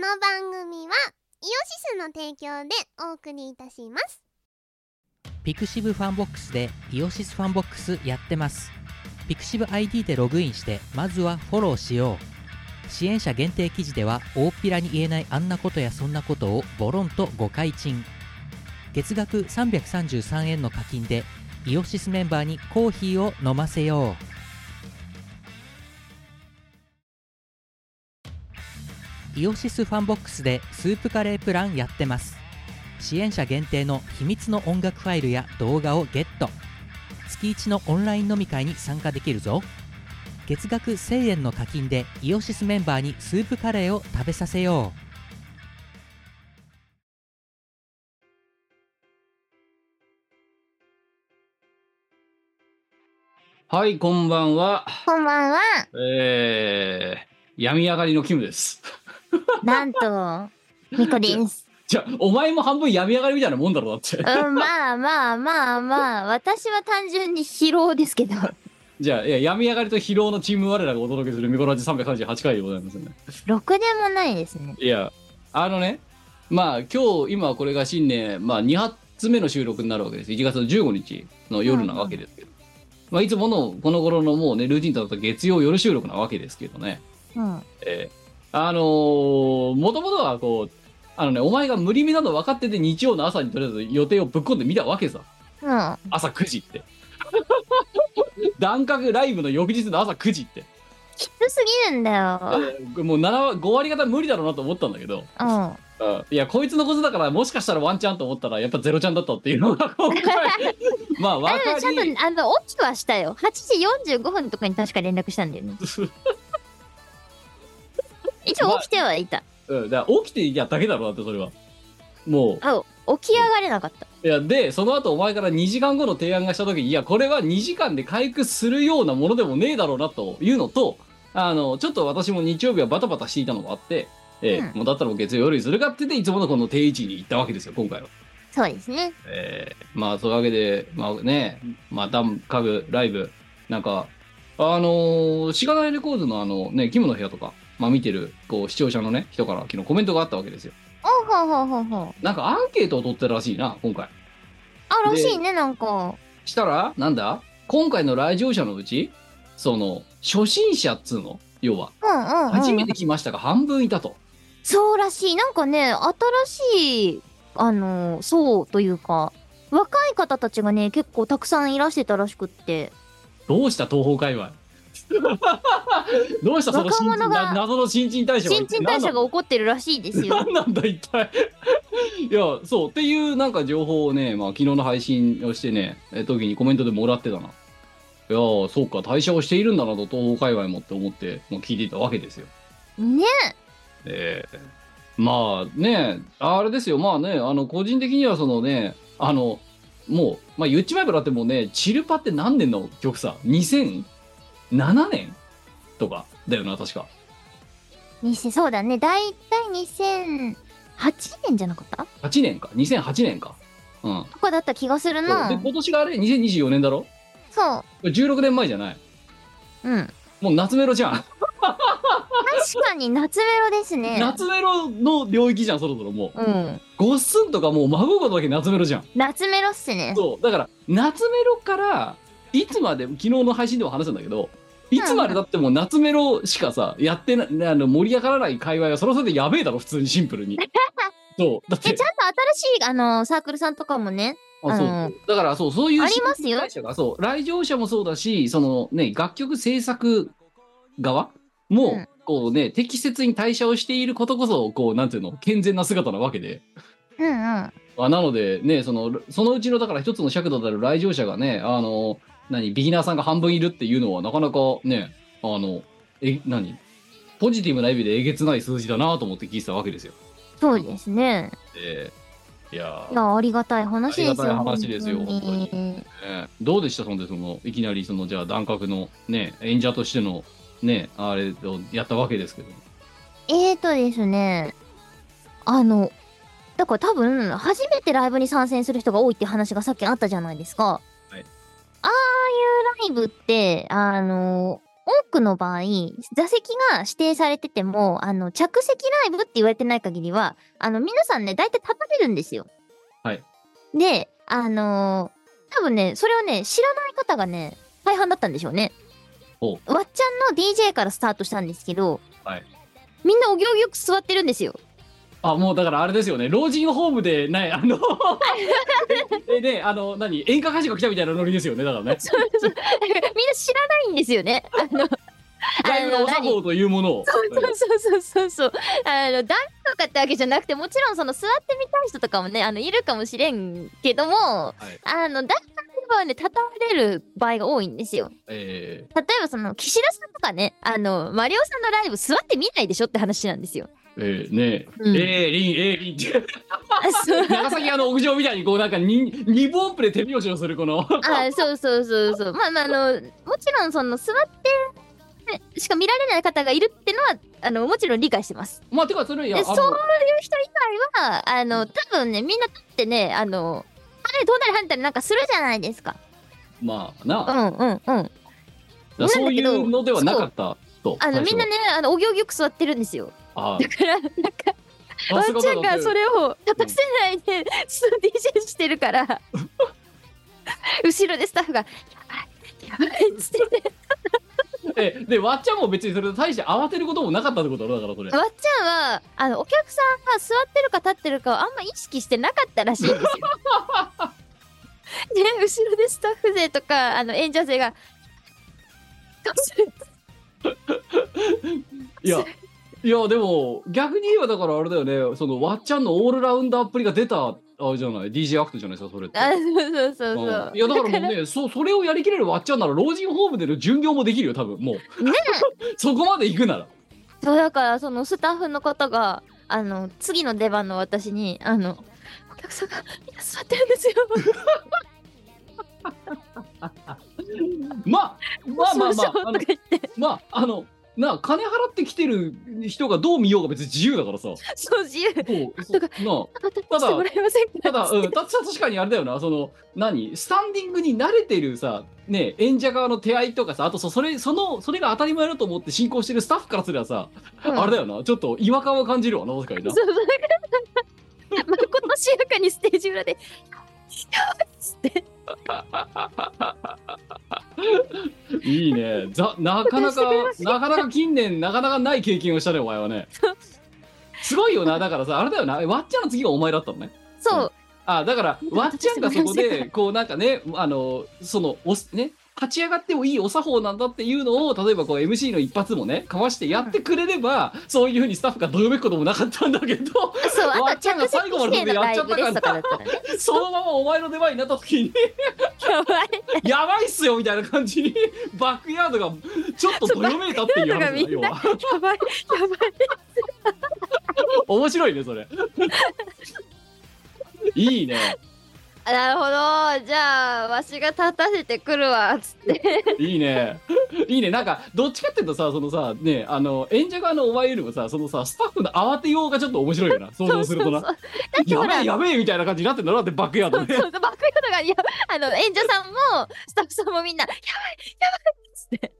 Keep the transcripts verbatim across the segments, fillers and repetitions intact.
の番組はイオシスの提供でお送りいたします。 ピクシブファンボックスでイオシスファンボックスやってます。ピクシブ アイディー でログインしてまずはフォローしよう。支援者限定記事では大っぴらに言えないあんなことやそんなことをボロンとご開陳。月額さんびゃくさんじゅうさんえんの課金でイオシスメンバーにコーヒーを飲ませよう。イオシスファンボックスでスープカレープランやってます。支援者限定の秘密の音楽ファイルや動画をゲット。月いちのオンライン飲み会に参加できるぞ。月額せんえんの課金でイオシスメンバーにスープカレーを食べさせよう。はい、こんばんは。 こんばんは。 えー、病み上がりのキムです。 なんとミコです。 じゃあお前も半分病み上がりみたいなもんだろだって。 うん、まあまあまあまあ、私は単純に疲労ですけど。 じゃあ、いや、病み上がりと疲労のチーム我らがお届けするミコラジさんびゃくさんじゅうはちかいでございますね。 ろくでもないですね。 いや、あのね、まあ今日、今これが新年、まあに発目の収録になるわけです。いちがつのじゅうごにちの夜なわけですけど。うんうん、まあいつものこの頃のもうね、ルーティンとなった月曜夜収録なわけですけどね。 うん。 えー、あのー、もともとはこう、あのね、お前が無理味なの分かってて日曜の朝にとりあえず予定をぶっ込んで見たわけさ。 うん。 朝くじって。段階ライブの翌日の朝くじって。 きつすぎるんだよ。 えー、もうななご割方無理だろうなと思ったんだけど。 うん。 うん、いや、こいつのことだからもしかしたらワンチャンと思ったらやっぱゼロチャンだったっていうのが今回。まあ分かり。 ちゃんとあの起きはしたよ。はちじよんじゅうごふんとかに確か連絡したんだよね。一応起きてはいた。 まあ、うん、だから起きていやだけだろうだってそれは。もう。 あ、起き上がれなかった。 いや、で、その後お前からにじかんごの提案がした時に、いや、これはにじかんで回復するようなものでもねえだろうなというのと、あの、ちょっと私も日曜日はバタバタしていたのがあって、えーうん、もうだったらもう月曜夜にするかって言って、いつものこの定位置に行ったわけですよ、今回は。 そうですね。 えー、まあ、そういうわけで、まあね、まあ、ダム、家具、ライブ、なんか、あのー、しがないレコードのあのね、キムの部屋とか、まあ見てる、こう、視聴者のね、人から昨日コメントがあったわけですよ。 おほほほほ。 なんかアンケートを取ってるらしいな、今回。 あ、らしいね、なんか。 したら、なんだ今回の来場者のうち、その、初心者っつうの要は、 うんうんうん、 初めて来ましたが半分いたと。 そうらしい。なんかね、新しい、あのー、そうというか、若い方たちがね、結構たくさんいらしてたらしくって。 どうした東方界隈どうしたその新人謎の新陳代謝が新陳代謝が起こってるらしいですよ。 何なんだ一体いやそうっていうなんか情報をね、まあ、昨日の配信をしてね時にコメントでもらってたな。いやそうか代謝をしているんだなと東方界隈もって思ってもう聞いていたわけですよねえー、まあねあれですよまあねあの個人的にはそのねあのもう、まあ、言っちまえばだってもうねチルパって何年の曲さにせんななねんとかだよな確か。 そうだねだいたいにせんはちねんじゃなかった ? はち 年かにせんはちねんかうんとかだった気がするな。 で今年があれにせんにじゅうよねんだろ。 そうじゅうろくねんまえじゃない。 うんもう夏メロじゃん確かに夏メロですね。 夏メロの領域じゃんそろそろもう、 うん、 ゴッスンとかもう孫ごとだけ夏メロじゃん。 夏メロっすね。 そうだから夏メロからいつまで昨日の配信でも話したんだけどいつまでだっても夏メロしかさやってなあの盛り上がらない界隈はそろそろでやべえだろ普通にシンプルにそうだってちゃんと新しいあのサークルさんとかもねあそう、うん、だからそうそういうありますよ。 会社がそう来場者もそうだしそのね楽曲制作側も、うん、こうね適切に対処をしていることこそこうなんていうの健全な姿なわけで、 うんうん、あなのでねそのそのうちのだから一つの尺度である来場者がねあの何ビギナーさんが半分いるっていうのはなかなかねあのえ何ポジティブな意味でえげつない数字だなと思って聞いてたわけですよ。 そうですね。 えー、いやいやありがたい話ですよ。ありがたい話ですよ本当に、えー、どうでしたそんでそのいきなりそのじゃあ段角のね演者としてのねあれをやったわけですけど。 えーとですねあのだから多分初めてライブに参戦する人が多いって話がさっきあったじゃないですか。 はい、 ああいうライブってあの音多くの場合、座席が指定されてても、あの、着席ライブって言われてない限りは、あの、皆さんね、大体立たれるんですよ。 はい。 で、あのー、多分ね、それをね、知らない方がね、大半だったんでしょうね。 おわっちゃんの ディージェー からスタートしたんですけど、 はい。 みんなお行儀よく座ってるんですよ。 あ、もうだからあれですよね。老人ホームで、ね、あの、え、ね、あの、何演歌歌手が来たみたいなノリですよね。だからね。 そうそう。だからみんな知らないんですよね。あの、 ライブのお作法というものを。 そうそうそうそうそう。あの、誰とかってわけじゃなくて、もちろんその座ってみたい人とかもね、あの、いるかもしれんけども、はい、あの、誰かはね、立たれる場合が多いんですよ。 えー、例えばその、岸田さんとかね、あの、マリオさんのライブ座ってみないでしょって話なんですよ。 えー、ねえ、うん、えー、リン、えー、リンって長崎屋の屋上みたいにこうなんかに二分音符で手拍子をするこのあ、そうそうそうそう。まあまあ、あの、もちろんその座ってしか見られない方がいるってのは、あの、もちろん理解してます。 まあ、てかそれ、いや、 そういう人以外は、あの、多分ね、みんな立ってね、あの、あれ、飛んだり跳んだりなんかするじゃないですか。 まあな。 うんうんうん。 だそういうのではなかったと。 あの、みんなね、あの、お行儀よく座ってるんですよ。 あだから、なんか、ワンちゃんがそれを立たせないで、うん、ディージェー してるから、後ろでスタッフが、やばい、やばいっつってて。 え、で、わっちゃんも別にそれと大して慌てることもなかったってことだからそれ。 わっちゃんは、あの、お客さんが座ってるか立ってるかをあんま意識してなかったらしいんですよ。で、後ろでスタッフ勢とか、あの、演者勢が、 いや、いや、でも、逆に言えばだからあれだよね、その、わっちゃんのオールラウンドアプリが出た、あれじゃない、ディージェー アクトじゃないですか、それって。 あ、そうそうそうそう。 うん、いや、だからもうね、そ、それをやりきれるわっちゃんなら、老人ホームでの巡業もできるよ、多分、もう。ねそこまで行くなら。 そう、だから、その、スタッフの方が、あの、次の出番の私に、あの、お客さんがみんな座ってるんですよ。 まあ、まあまあまあ、あの、まあ、あの、なあ、金払ってきてる人がどう見ようが別に自由だからさ。 そう、自由。 そうなあ、ただ、ただ、うん、た確かにあれだよな、その、何スタンディングに慣れてるさ、ね、演者側の手合いとかさ、あとそそれ、その、それが当たり前だと思って進行してるスタッフからすればさ、うん、あれだよな、ちょっと違和感を感じるわな、確かにな。そう、だから、 まことしやかにステージ裏で、やばいっつって。 いいね。ざなかなかなかなか近年なかなかない経験をしたねお前はね。すごいよな。だからさあれだよな。わっちゃんの次がお前だったのね。 そう。うん、 あだからわっちゃんがそこでこうなんかねあのそのおね。立ち上がってもいいお作法なんだっていうのを例えばこう エムシー の一発もねかわしてやってくれれば、うん、そういうふうにスタッフがどよめくこともなかったんだけどそうわっちゃんが最後までやっちゃったから、ね、そのままお前の出番になった時にやばいやばいっすよみたいな感じにバックヤードがちょっとどよめいたっていう話だよ要は。やばいやばい面白いねそれいいね。 なるほど。じゃあわしが立たせてくるわつっていいねいいね。なんかどっちかっていうとさそのさねあの演者側のお前よりもさそのさスタッフの慌てようがちょっと面白いよな想像するとな。そうそうそうやべえやべえみたいな感じになってんだなってバックヤードね。 そうそうバックヤードがいやあの演者さんもスタッフさんもみんなやばいやばいっつって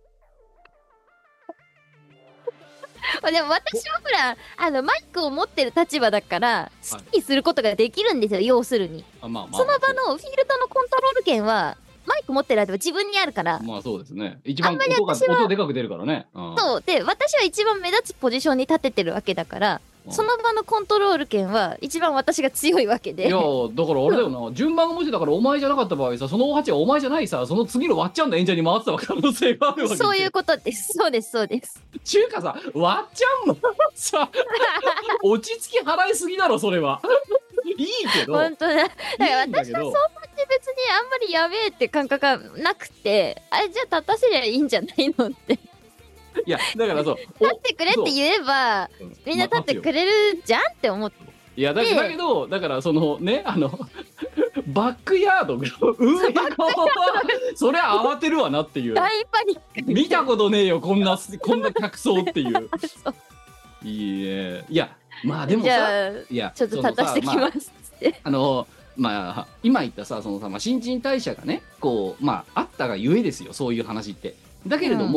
でも私はほらあのマイクを持ってる立場だから好きにすることができるんですよ、はい、要するに、あ、まあまあ、その場のフィールドのコントロール権はマイク持ってる間は自分にあるから。 まあそうですね。一番音が音でかく出るからね、うん、 そうで私は一番目立つポジションに立ててるわけだからその場のコントロール権は一番私が強いわけで。 いやだからあれだよな順番がもしだからお前じゃなかった場合さそのおはちはお前じゃないさその次のわっちゃんの演者に回ってた可能性があるわけで。 そういうことですそうですそうです。 ちゅうかさわっちゃんもさ落ち着き払いすぎだろそれは。いいけど本当だ。だから私はそんなに別にあんまりやべえって感覚がなくてあれじゃあ立たせりゃいいんじゃないのっていやだからそう立ってくれって言えばみんな立ってくれるじゃんって思って。 いやだだけどだからそのねあのバックヤードが運営側はそりゃ慌てるわなっていう大パニック見たことねえよこんなこんな客層っていういいね。いやまあでもさいやちょっと立たしてきますって、 まあ、あのまあ今言ったさそのさ、まあ、新陳代謝がねこうまああったがゆえですよそういう話って。だけれども、うん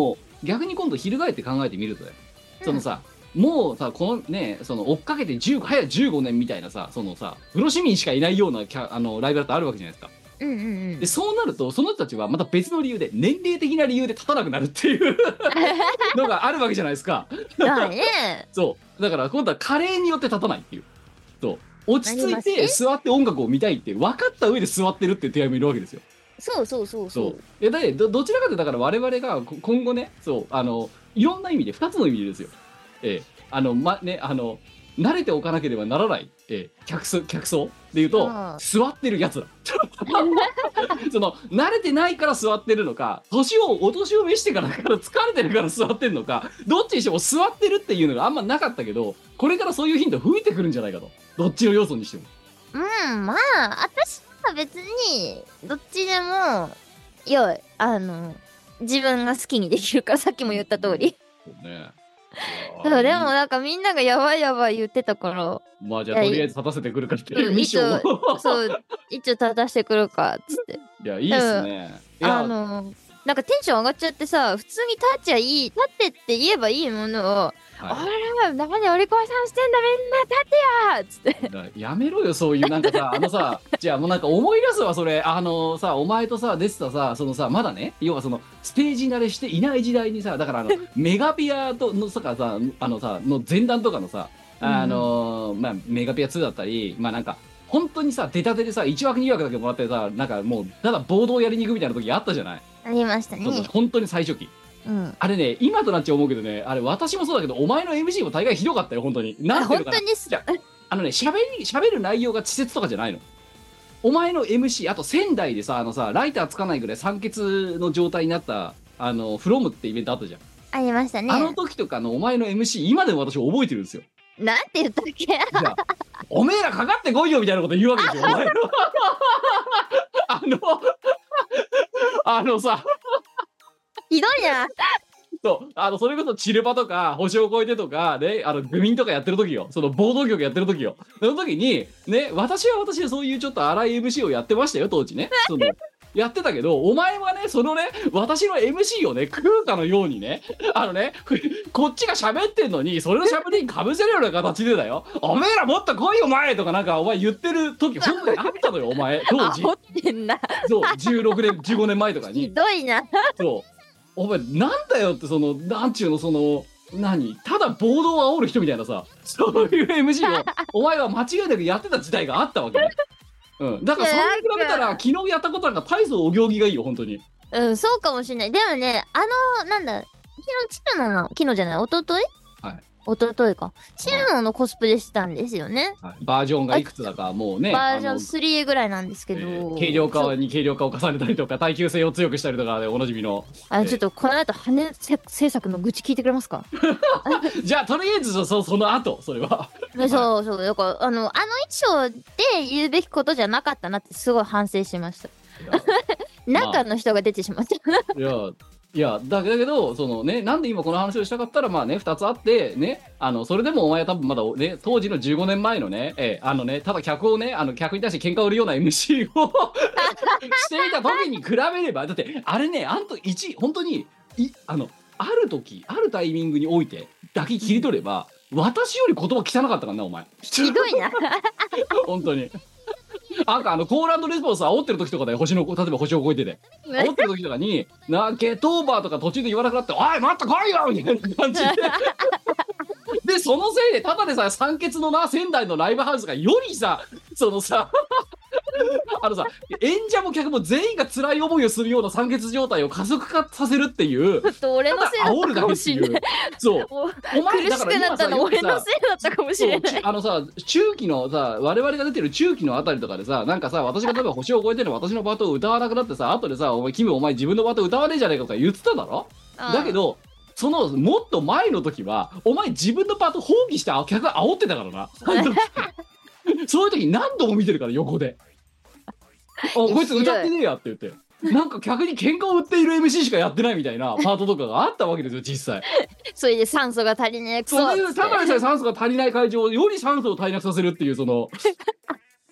逆に今度翻って考えてみるとね、うん、そのさもうさこのねその追っかけてじゅう早じゅうごねんみたいなさそのさプロ市民しかいないようなキャあのライブだってあるわけじゃないですか。 うんうんうん、 でそうなるとその人たちはまた別の理由で年齢的な理由で立たなくなるっていうのがあるわけじゃないですか。 だね。 そうだから今度は加齢によって立たないっていう。そう落ち着いて座って音楽を見たいって分かった上で座ってるっていう手紙もいるわけですよ。 そうそうそうそう。そうえだ ど, どちらかというとだから我々が今後ねそうあのいろんな意味でふたつの意味でですよ。えー、あのまねあの慣れておかなければならない、えー、客層客層でいうと座ってるやつらその慣れてないから座ってるのか年をお年を召してからから疲れてるから座ってるのかどっちにしても座ってるっていうのがあんまなかったけどこれからそういう頻度増えてくるんじゃないかとどっちの要素にしても。 うんまあ私は別にどっちでもよいあの自分が好きにできるからさっきも言った通り。 そうね。 そうでもなんかみんながやばいやばい言ってたからまあじゃあとりあえず立たせてくるかっていうミッションそう一応立たせてくるかっつっていやいいっすね。 あのなんかテンション上がっちゃってさ普通に立っちゃいい立ってって言えばいいものを、はい、あれ中でお利口さんしてんだみんな立てやっつってやめろよそういうなんかさあのさじゃあもうなんか思い出すわそれあのさお前とさ出てたさそのさまだね要はそのステージ慣れしていない時代にさだからあのメガピアとのさかさあのさの前段とかのさあの、うん、まあメガピアツーだったりまあなんか本当にさ出たてでさいちわくにわくだけもらってさなんかもうただボードをやりに行くみたいな時あったじゃない。 ありましたね。 本当に最初期、うん、あれね今となっちゃ思うけどねあれ私もそうだけどお前の エムシー も大概ひどかったよ本当に。なんていうのかな本当にすじゃあのね喋り喋る内容が稚拙とかじゃないの。お前の エムシー あと仙台でさあのさライターつかないぐらい酸欠の状態になったあのフロムってイベントあったじゃん。 ありましたね。 あの時とかのお前の エムシー 今でも私覚えてるんですよ。 なんて言ったっけおめえらかかってこいよみたいなこと言うわけですよお前のあのあのさひどいなそうあのそれこそチルパとか星を超えてとかねあのグミンとかやってる時よその暴動曲やってる時よその時にね私は私でそういうちょっと荒い エムシー をやってましたよ当時ねそのやってたけどお前はねそのね私の エムシー をね食うかのようにねあのねこっちが喋ってんのにそれの喋りにかぶせるような形でだよおめえらもっと来いよお前とかなんかお前言ってる時本当にあったのよお前当時あってんなそうじゅうろくねんじゅうごねんまえとかにひどいなそうお前なんだよってそのなんちゅうのその何ただ暴動を煽る人みたいなさそういう エムシー をお前は間違いなくやってた時代があったわけねうん、だからそれに比べたら昨日やったことなんか大層お行儀がいいよ本当に。 うんそうかもしれない。でもねあのなんだ昨日チルノの昨日じゃない一昨日はい一昨日かチルノのコスプレしてたんですよね、はい、 バージョンがいくつだかもうねバージョンスリーぐらいなんですけど、えー、軽量化に軽量化を重ねたりとか耐久性を強くしたりとかでおなじみのあ、えー、ちょっとこの後羽製作の愚痴聞いてくれますかじゃあとりあえず そ, その後それはそうそうだからあのあの衣装で言うべきことじゃなかったなってすごい反省しました中の人が出てしまった、まあ、 いやいやだけどそのねなんで今この話をしたかったらまあねふたつあってねあのそれでもお前は多分まだね当時のじゅうごねんまえのねえあのねただ客をねあの客に対して喧嘩を売るような エムシー をしてみた時に比べればだってあれねあんと一本当にいあのある時あるタイミングにおいてだけ切り取れば私より言葉汚かったからなお前ひどいな本当になんかあのコール&レスポンス煽ってる時とかで星の例えば星を超えてて煽ってる時とかに「なゲットオーバー」とか途中で言わなくなって「おい待って来いよ!」みたいな感じででそのせいでただでさ酸欠のな仙台のライブハウスがよりさそのさあのさ演者も客も全員が辛い思いをするような酸欠状態を加速化させるっていうちょっと俺のせいだったかもしれないそうお前苦しくなったの俺のせいだったかもしれないあのさ中期のさ我々が出てる中期のあたりとかでさなんかさ私が例えば星を超えてる私のバトを歌わなくなってさ後でさお前キムお前自分のバト歌わねえじゃねえかとか言ってただろ。だけどそのもっと前の時はお前自分のパート放棄して客が煽ってたからなそういう時何度も見てるから横であこいつ歌ってねえやって言ってなんか客に喧嘩を売っている エムシー しかやってないみたいなパートとかがあったわけですよ実際それで酸素が足りねえクソそれでただでさえ酸素が足りない会場をより酸素を足りなくさせるっていうその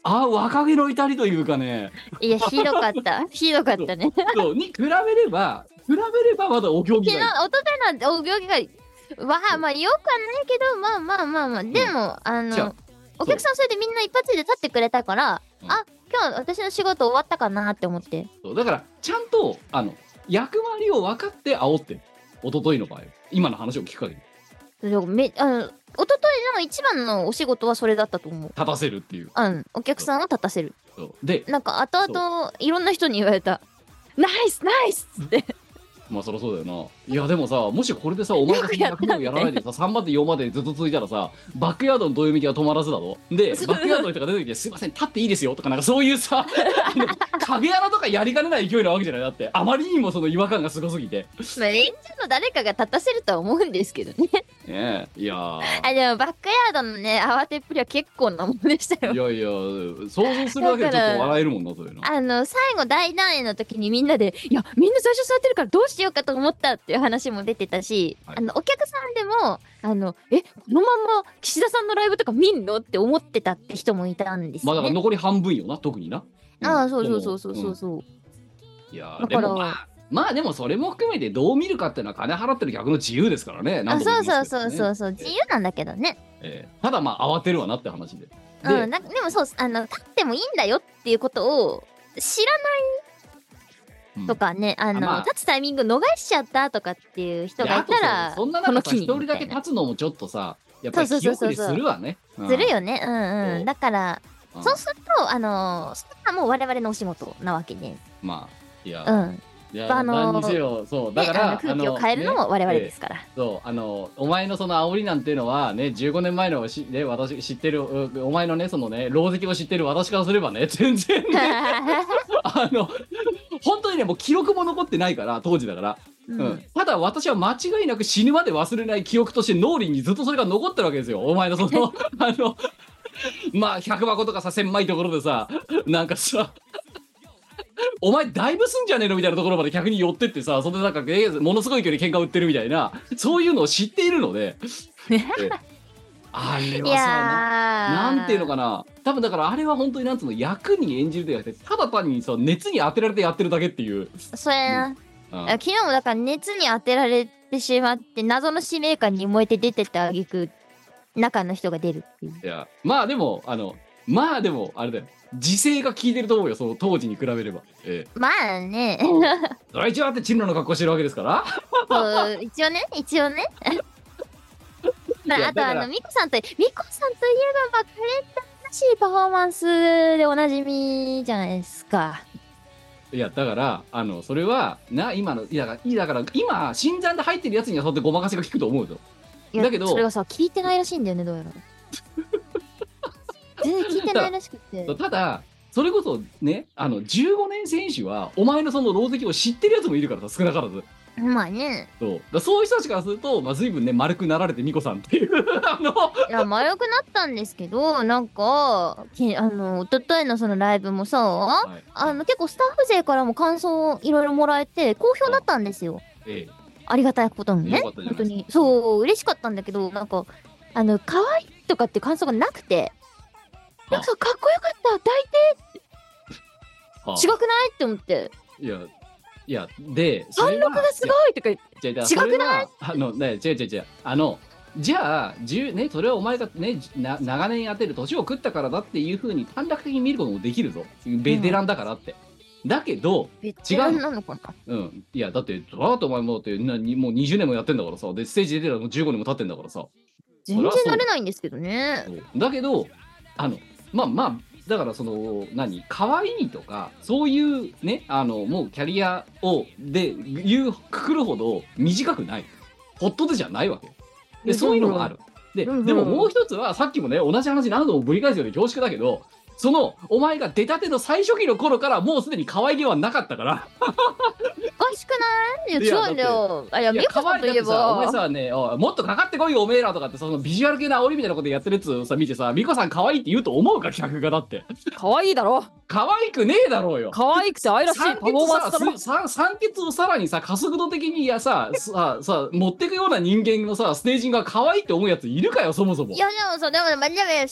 あ若気の至りというかね、 いやひどかったひどかったね。 そうに比べれば比べればまだお行儀昨日がいい。 おとといなんてお行儀がいいわあまあよくはないけどまあまあまあまあでも、あじゃあのお客さんそれでみんな一発で立ってくれたから、 うんあ今日私の仕事終わったかなって思って。 そうだからちゃんとあの役割を分かって煽ってる。一昨日の場合今の話を聞く限りでもめあのおとといの一番のお仕事はそれだったと思う。 立たせるっていう。 うんお客さんを立たせる。 そうでなんか後々いろんな人に言われた。ナイスナイスってまあそりゃそうだよな。いやでもさ、もしこれでさお前がひゃくまんやらないでささんばんでよんばんでずっと続いたらさ、バックヤードのどよみきが止まらずだろ。でバックヤードの人が出てきて「すいません立っていいですよ」とかなんかそういうさあの影穴とかやりかねない勢いなわけじゃない。だってあまりにもその違和感がすごすぎて。 まあ演者の誰かが立たせるとは思うんですけどね。 ねえいやーあでもバックヤードのね慌てっぷりは結構なもんでしたよ。 いやいや想像するだけでちょっと笑えるもんなそういうの。 あの最後大団円の時にみんなで「いやみんな最初座ってるからどうしようかと思った」っていう話も出てたし、はい、あのお客さんでもあの「えこのまんま岸田さんのライブとか見んの?」って思ってたって人もいたんですよね。 まあだから残り半分よな特にな。 うん、ああそうそうそうそうそうそう、うん、 いやでもまあまあでもそれも含めてどう見るかっていうのは金払ってる客の自由ですからね。 あそうそうそうそうそう自由なんだけどね。 えー、ただまあ慌てるわなって話で。 で、うん、なでもそうあの立ってもいいんだよっていうことを知らないとかね、うん、あの、まあ、立つタイミング逃しちゃったとかっていう人がいたらそんな中さ一人だけ立つのもちょっとさやっぱり気遅れするわね。 するよね。うんうん。だから、うん、そうするとあのそれはもう我々のお仕事なわけね。 まあいや。 うんいやあのー、そうだから、 ね、空気を変えるのも我々ですから、ねえー、そうあのお前のその煽りなんていうのはねじゅうごねんまえのし、ね、私知ってるお前のねそのね狼藉を知ってる私からすればね全然ねあの本当にねもう記録も残ってないから当時だから、うんうん、ただ私は間違いなく死ぬまで忘れない記憶として脳裏にずっとそれが残ってるわけですよ。お前のそのあのまあひゃくばことかさ狭いところでさなんかさお前だいぶすんじゃねえのみたいなところまで客に寄ってってさそれでなんか、えー、ものすごい距離喧嘩売ってるみたいなそういうのを知っているのであれはさ な, なんていうのかな多分だからあれは本当になんつうの役に演じるではなくてただ単にさ熱に当てられてやってるだけっていう。 それな、うん、昨日もだから熱に当てられてしまって謎の使命感に燃えて出てった挙句中の人が出るっていう。 いやまあでもあのまあでもあれだよ時勢が効いてると思うよその当時に比べれば、ええ、 まあねそれ一応あってチンロの格好してるわけですからそう一応ね一応ねあとあのミコさんとミコさんといえばまあカレンダーらしいパフォーマンスでおなじみじゃないですか。 いやだからあのそれはな今のいやだから今新参で入ってるやつにはそうやってごまかせが効くと思うぞ。だけどそれがさ聞いてないらしいんだよねどうやら全然聞いてないらしくてただそれこそねあのじゅうごねん選手はお前のその狼藉を知ってるやつもいるからさ少なからず。 まあねそうだそういう人たちからすると、まあ、随分ね丸くなられてミコさんっていうあのいや丸くなったんですけどなんかきあの一昨日のそのライブもさ、はい、あの結構スタッフ勢からも感想いろいろもらえて好評だったんですよ。ええ、ありがたいことにね本当にそう嬉しかったんだけどなんかあの可愛いとかって感想がなくてなんかかっこよかった抱いて違くないって思って。 いやいやで貫禄がすごいとか言って違くないあのね違う違う違うあのじゃあねそれはお前がねな長年やってる年を食ったからだっていう風に短絡的に見ることもできるぞベテランだからって、うん、だけどベテランなのかな。 うんいやだってそらだってお前もだってなもうにじゅうねんもやってんだからさでステージ出てたらもうじゅうごねんも経ってんだからさ全然慣れないんですけどね。 だけどあのまあまあだからその何可愛いとかそういうねあのもうキャリアをで言うくくるほど短くないホットでじゃないわけでそういうのがあるで、うんうん、でももう一つはさっきもね同じ話何度もぶり返すように恐縮だけどそのお前が出たての最初期の頃からもうすでに可愛げはなかったからおかしくないいや違うんだよ。あいやミコさんといえばお前さねおもっとかかってこいよおめえらとかってそのビジュアル系の煽りみたいなことやってるやつをさ見てさミコさん可愛いって言うと思うか客がだって可愛いだろ可愛くねえだろうよ可愛くて愛らしいパフォーマンスだろさ酸欠をさらにさ加速度的にやさささ持ってくような人間のさステージングが可愛いって思うやついるかよそもそも。 いやでもさでもでもそれ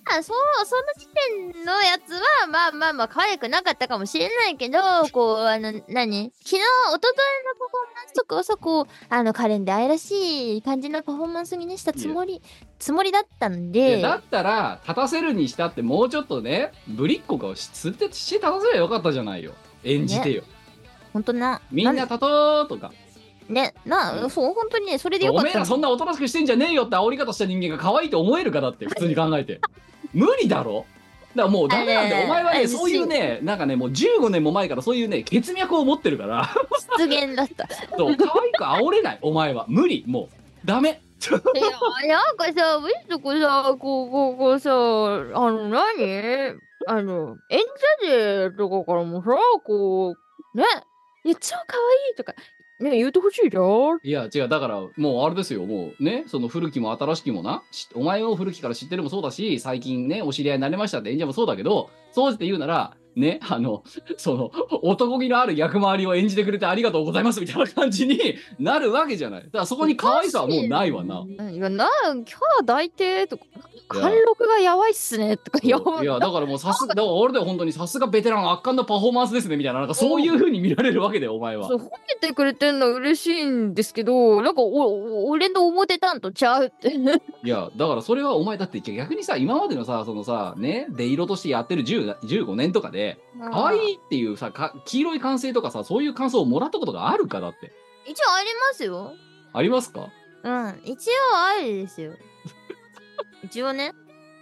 あ、そう、その時点のやつは、まあまあまあ、可愛くなかったかもしれないけど、こう、あの、何昨日、一昨日のパフォーマンスとかはさ、こう、あの、可憐で愛らしい感じのパフォーマンスにね、したつもり、つもりだったんで。 だったら、立たせるにしたって、もうちょっとね、ぶりっ子をしつってして立たせればよかったじゃないよ。演じてよ。ね、 ほんとな。 みんな立とうとか。 ね、な、うん、そう、本当にね、それでよかった。 おめえらそんなおとなしくしてんじゃねえよって煽り方した人間が可愛いと思えるかだって、普通に考えて。無理だろ。だからもうダメなんだよ。お前はね、そういうね、なんかね、もうじゅうごねんも前からそういうね、血脈を持ってるから。 失言だった。 そう、可愛く煽れない、お前は。無理、もう。ダメ。 いや、なんかさ、ウィスとこさ、こう、こう、こうさ、あの、何あの、演者でとかからもさ、こう、ね、いや、超可愛いとか、ね、言うてほしいじゃん。 いや、違う、だから、もうあれですよ、もうね、その古きも新しきもな、お前を古きから知ってるもそうだし、最近ね、お知り合いになれましたって演者もそうだけど、そうして言うなら、ね、あの、その、男気のある役回りを演じてくれてありがとうございますみたいな感じになるわけじゃない。だからそこに可愛さはもうないわな。 いや、な、キャラ抱いてとか、貫禄がやばいっすねとか、 やばい。いや、だからもうさすが、だから俺で本当にさすがベテラン圧巻のパフォーマンスですねみたいな、なんかそういう風に見られるわけだよ、お前は。 そう、褒めてくれてんの嬉しいんですけど、なんかお、お俺の表担当ちゃうって。 いや、だからそれはお前だって逆にさ、今までのさ、そのさ、ね、出色としてやってるじゅう、じゅうごねんとかで、可愛いっていうさか、黄色い歓声とかさ、そういう感想をもらったことがあるかだって。 一応ありますよ。 ありますか？ うん、一応ありですよ。一応ね。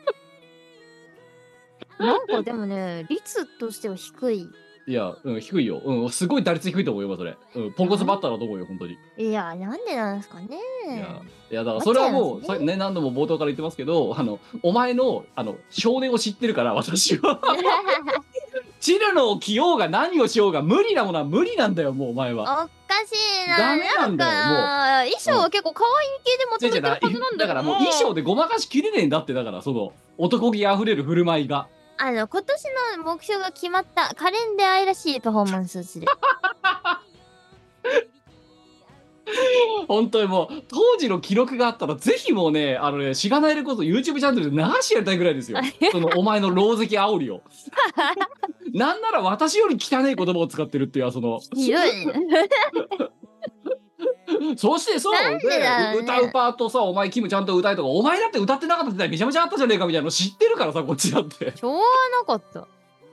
なんかでもね、率としては低い。 いや、うん、低いよ。うん、すごい打率低いと思うよ、それ。うん、ポンコツバッターだと思うよ、本当に。 いや、なんでなんですかね。 いや、いやだからそれはもう、ね、ね、何度も冒頭から言ってますけど、あの、お前の、あの、少年を知ってるから、私は。チルノを着ようが何をしようが無理なものは無理なんだよ、もうお前は。 おかしいな。 ダメなんだよ、もう。 衣装は結構可愛い系で求めてるはずなんだよ。 だからもう衣装でごまかしきれねえんだって、だからその、男気あふれる振る舞いが。 あの、今年の目標が決まった。可憐で愛らしいパフォーマンスをする。 本当にもう、当時の記録があったら、ぜひもうね、あのね、しがないレコード YouTube チャンネルで流してやりたいぐらいですよ。その、お前の狼藉煽りを。なんなら私より汚い言葉を使ってるっていう、その。 ひどいね。 そしてそう、ね、歌うパートさ、お前キムちゃんと歌えとか、お前だって歌ってなかった時代めちゃめちゃあったじゃねえかみたいなの知ってるからさ、こっちだって。 しょうがなかった。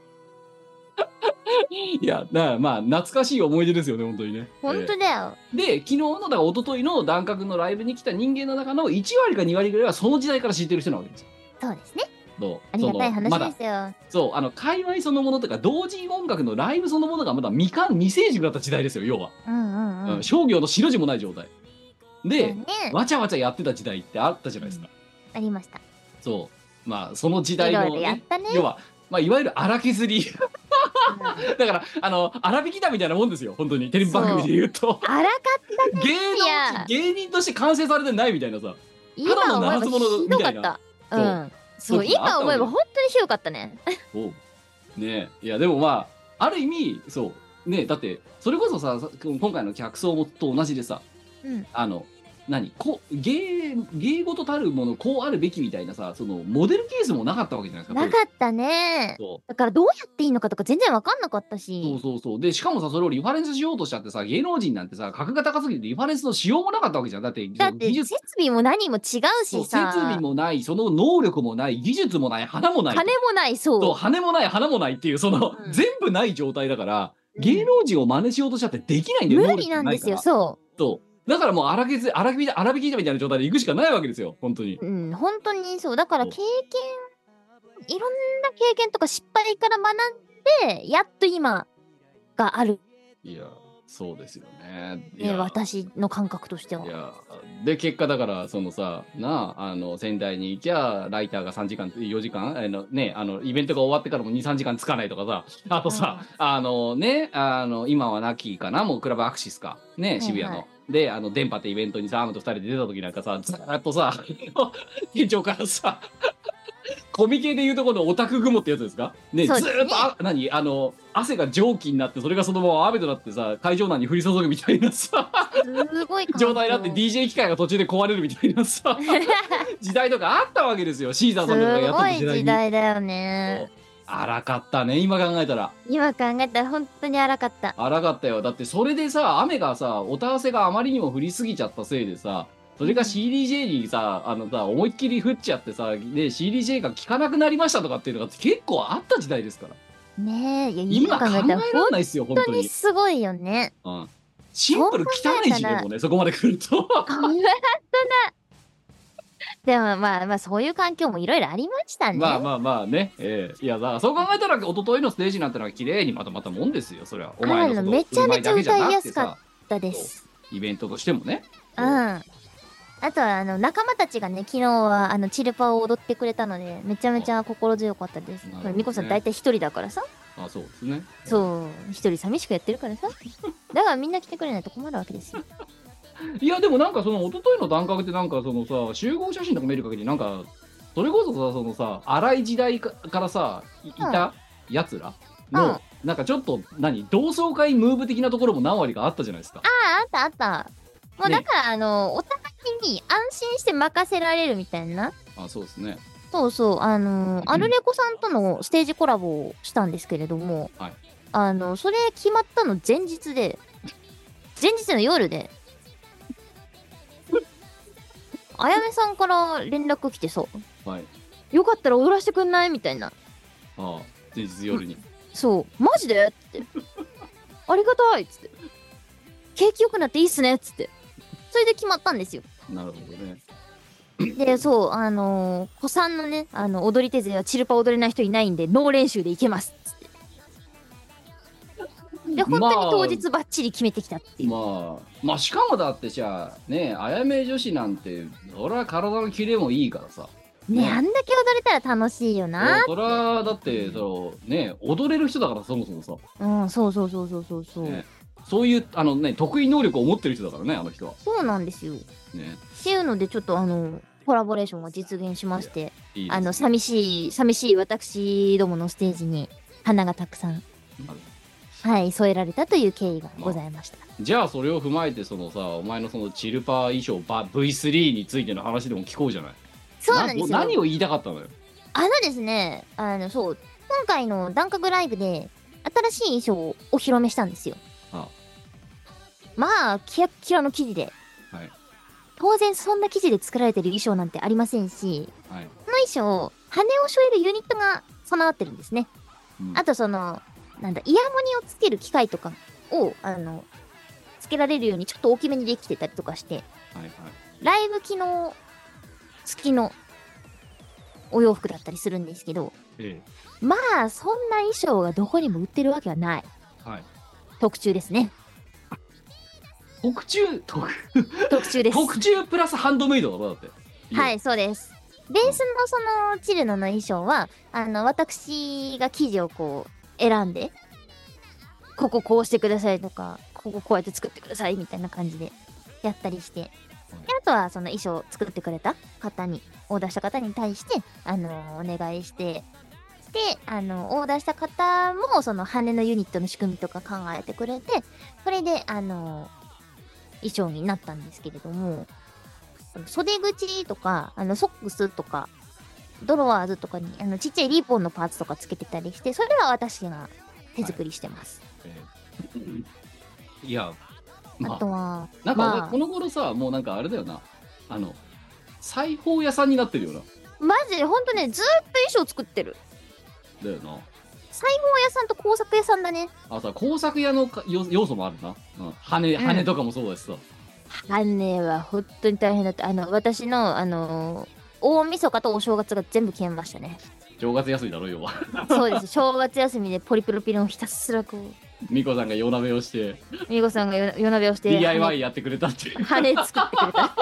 いや、だからまあ、懐かしい思い出ですよね、本当にね。 本当だよ。 えー、で、昨日の、だから一昨日のダンカ君のライブに来た人間の中のいち割かに割ぐらいはその時代から知ってる人なわけですよ。 そうですね。 どうありがたい話ですよ。 ま、そう、あの、界隈そのものとか、同時音楽のライブそのものがまだ未完、未成熟だった時代ですよ、要は。 うんうんうん。 うん、商業の白字もない状態。で、 ね、 わちゃわちゃやってた時代ってあったじゃないですか。 うん、ありました。 そう。まあ、その時代の、ね、 やったね、 要は、まあ、いわゆる荒削り。だから、あの、荒引きだみたいなもんですよ、本当に。テレビ番組で言うと。 荒かったね。 芸能芸人として完成されてないみたいなさ。 今思えばひどかった。うん。そう、今思えば本当にひどかったね。 そう。ねえ。いや、でもまあ、ある意味、そう。ねえ、だって、それこそさ、今回の客層と同じでさ、うん、あの、何こ芸芸事たるものこうあるべきみたいなさ、そのモデルケースもなかったわけじゃないですか。 なかったね。だからどうやっていいのかとか全然分かんなかったし。 そうそうそう。でしかもさ、それをリファレンスしようとしちゃってさ、芸能人なんてさ、格が高すぎてリファレンスのしようもなかったわけじゃん。だってだって設備も何も違うしさ、 設備もない、その能力もない、技術もない、花もない、 金もない。そうそう、羽もない花もないっていう、その、うん、全部ない状態だから、芸能人を真似しようとしちゃってできないんだよ。 無理なんですよ。そうそうだからもう荒削り、荒引き、荒引きみたいな状態で行くしかないわけですよ、本当に。 うん、本当にそう。だから経験、いろんな経験とか失敗から学んで、やっと今がある。 いや、そうですよね。 ね、私の感覚としては。 いや、で、結果だから、そのさ、なあ、あの、仙台に行きゃ、ライターがさんじかん、よじかん、あの、ね、あの、イベントが終わってからもに、さんじかんつかないとかさ、あとさ、うん、あのね、あの、今はなきかな、もうクラブアクシスか、ね、渋谷の。はいはい、で、あの、電波ってイベントにさ、あのとふたりで出た時なんかさ、ずーっとさ、店長からさ、コミケでいうとこのオタク雲ってやつですかね、ずーっと、あ、何あの、汗が蒸気になって、それがそのまま雨となってさ、会場内に降り注ぐみたいなさ、 すごい状態になって ディージェー 機械が途中で壊れるみたいなさ、 時代とかあったわけですよ。シーザーさんとかがやってた時代に。 すごい時代だよね。 荒かったね、今考えたら。 今考えたら本当に荒かった。 荒かったよ。だってそれでさ、雨がさ、おたわせがあまりにも降りすぎちゃったせいでさ、それが シーディージェー にさ、あのさ、思いっきり降っちゃってさ、で シーディージェー が効かなくなりましたとかっていうのが結構あった時代ですから。 ねえ、いや今考えられないですよ、本当に。 本当にすごいよね。 うん。シンプル汚いしね、もうね、そこまで来ると。本当だ。 でもまあまあそういう環境もいろいろありましたね。 まあまあまあね、えー、いやだからそう考えたら一昨日のステージなんてのは綺麗にまとまったもんですよ、それは。お前のそのめちゃめちゃ歌いやすかったです。 イベントとしてもね。 うん。あとはあの仲間たちがね、昨日はあのチルパを踊ってくれたので、めちゃめちゃ心強かったです。これミコさん大体一人だからさ。 あ、そうですね。 そう一人寂しくやってるからさ。だからみんな来てくれないと困るわけですよ。 いやでもなんかその一昨日の段階ってなんかそのさ集合写真とか見る限りなんかそれこそさそのさ荒い時代からさ い, いたやつらの、うん、なんかちょっと何同窓会ムーブ的なところも何割かあったじゃないですか。 あああったあった。もうだから、ね、あのお互いに安心して任せられるみたいな。 あ、そうですね。 そうそうあのー、アルレコさんとのステージコラボをしたんですけれども、はい、あのそれ決まったの前日で前日の夜で。あやめさんから連絡来てさ、はい、よかったら踊らせてくんないみたいな。ああ、前日夜に。 そう、マジでってありがたいっつって、景気よくなっていいっすねっつって、それで決まったんですよ。 なるほどね。 で、そうあのー、子さんのね、あの踊り手勢はチルパ踊れない人いないんでノー練習でいけますっつって。で本当に当日バッチリ決めてきたっていう。 まあまあしかもだってじゃあね、あやめ女子なんてそりゃ体のキレもいいからさね、ね、あんだけ踊れたら楽しいよな。 そりゃだってそのね踊れる人だからそもそもさ。 うん、そうそうそうそうそうそう、ね、 そういうあのね得意能力を持ってる人だからね、あの人は。 そうなんですよ。ね、っていうのでちょっとあのコラボレーションが実現しまして、いいね、あの寂しい寂しい私どものステージに花がたくさん。はい、添えられたという経緯がございました。まあ、 じゃあそれを踏まえてそのさ、お前のそのチルパー衣装 ブイスリー についての話でも聞こうじゃない。 そうなんですよ。 何を言いたかったのよ。 あのですね、あのそう今回のダンカグライブで新しい衣装をお披露目したんですよ。ああ、まあキラッキラの生地で、はい、当然そんな生地で作られてる衣装なんてありませんし、はい、この衣装羽を背負えるユニットが備わってるんですね。うん、あとそのなんだイヤモニをつける機械とかをあのつけられるようにちょっと大きめにできてたりとかして、はいはい、ライブ機能付きのお洋服だったりするんですけど、ええ、まあそんな衣装がどこにも売ってるわけはない、はい、特注ですね。 特注特特注です。 特注プラスハンドメイドだろだって。 はい、そうです。ベースのそのチルノの衣装はあの私が生地をこう選んで、こここうしてくださいとか、こここうやって作ってくださいみたいな感じでやったりして、であとはその衣装を作ってくれた方に、オーダーした方に対してあのー、お願いして、であのー、オーダーした方もその羽のユニットの仕組みとか考えてくれて、それであのー、衣装になったんですけれども、袖口とかあのソックスとかドロワーズとかにあのちっちゃいリボンのパーツとかつけてたりして、それは私が手作りしてます。はい、 えー、いや、まあ、 あとはなんか、まあ、この頃さ、もうなんかあれだよな、あの裁縫屋さんになってるよな。 マジでほんとね、ずーっと衣装作ってる。 だよな。 裁縫屋さんと工作屋さんだね。 あ、さ、工作屋のか要素もあるな。うん、羽羽とかもそうだしさ。 羽は本当に大変だった。あの私のあのー大晦日とお正月が全部消えましたね。 正月休みだろ要は。 そうです。正月休みでポリプロピロンをひたすらこうミコさんが夜鍋をしてミコさんが夜鍋をしてディーアイワイ やってくれたっていう羽作ってくれた。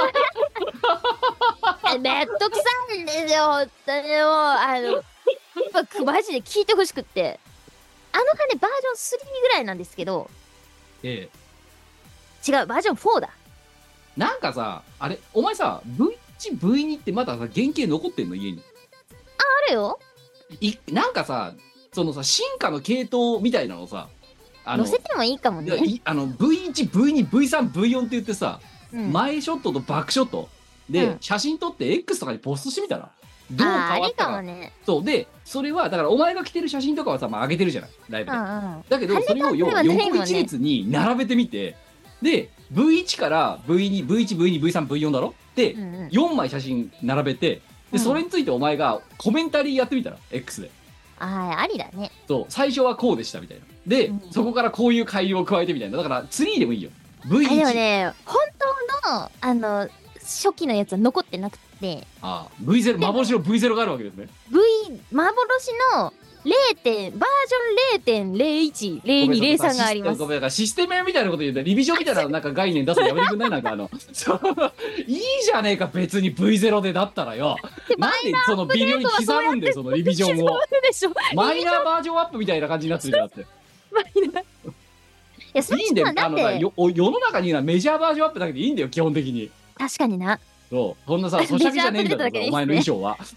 めっとくさいんですよ本当に。もうあのやっぱマジで聞いてほしくって、あの羽バージョンスリーぐらいなんですけど、ええ、違うバージョンフォーだ。 なんかさ、あれお前さ ブイワンブイツー ってまださ原型残ってんの家に。 あ、あるよ。 いなんかさ、そのさ進化の系統みたいなのさ、 あの載せてもいいかもね。 あの ブイワン、ブイツー、ブイスリー、ブイフォー って言ってさ、うん、前ショットとバックショットで、 うん、 写真撮って X とかにポストしてみたらどう変あーありわったか。 かもね。 そうで、それはだからお前が着てる写真とかはさ、まあ、上げてるじゃないライブで、 うんうん。 だけどそれを要は横一列に並べてみて、で ブイワン から ブイツー、ブイワン、ブイツー、ブイスリー、ブイフォー だろで、 うんうん、 よんまい写真並べて、でそれについてお前がコメンタリーやってみたら X で、 ああ、ありだね。 そう最初はこうでしたみたいなで、うん、そこからこういう改良を加えてみたいな、だからツリーでもいいよ ブイワン。 あでもね、本当のあの初期のやつは残ってなくて、 ああ ブイゼロ 幻の ブイゼロ があるわけですね。 V 幻のれい点バージョン れいてんれいいちれいにれいさん があります。 ごめん、だからシステムみたいなこと言うてリビジョンみたいななんか概念出すのやめてくんないなんかあのそういいじゃねえか別に ブイゼロ でだったらよ、なんでその微妙に刻むんだよそのリビジョンを。マイナーバージョンアップみたいな感じになってるじゃんって。マイナーいやそれいいんだよ、あのよ世の中にはメジャーバージョンアップだけでいいんだよ基本的に。 確かにな。 そうそんなさ咀嚼じゃねえんだよお前の衣装は。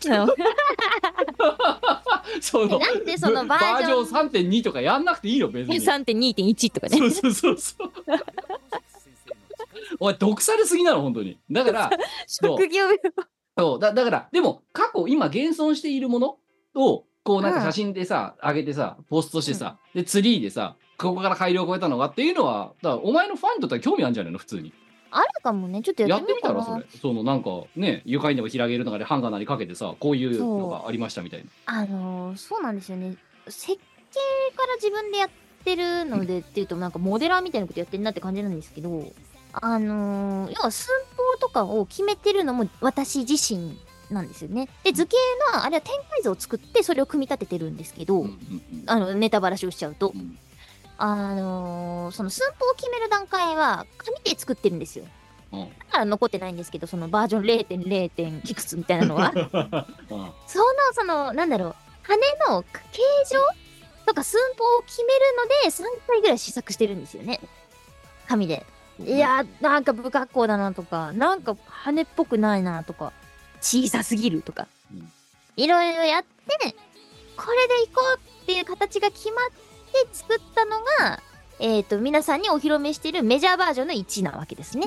そのなんでそのバージョンージョンさんてんに とかやんなくていいよ別に。 さんてんにてんいち とかね。 そうそうそうそうお前毒されすぎなの本当に。だから職業病そうだだからでも過去今現存しているものをこうなんか写真でさ、うん、上げてさポストしてさ、うん、でツリーでさここから改良を超えたのがっていうのはだからお前のファンにとっては興味あるんじゃないの普通に。 あるかもね。ちょっとやってみたらそれそのなんかね床にでも広げるのがでハンガーなりかけてさこういうのがありましたみたいな。 あのー、そうなんですよね。設計から自分でやってるのでっていうとなんかモデラーみたいなことやってるなって感じなんですけど、あのー、要は寸法とかを決めてるのも私自身なんですよね。で図形のあれは展開図を作ってそれを組み立ててるんですけど、うんうんうん、あのネタバラシをしちゃうと。うんあのー、その寸法を決める段階は紙で作ってるんですよ。うん、だから残ってないんですけどそのバージョン れいてんれい. 点いくつみたいなのは、うん、そのそのなんだろう羽の形状とか寸法を決めるのでさんかいぐらい試作してるんですよね紙で。いやーなんか不格好だなとかなんか羽っぽくないなとか小さすぎるとか、うん、いろいろやってこれでいこうっていう形が決まってで作ったのが、えーと、皆さんにお披露目しているメジャーバージョンのいちなわけですね。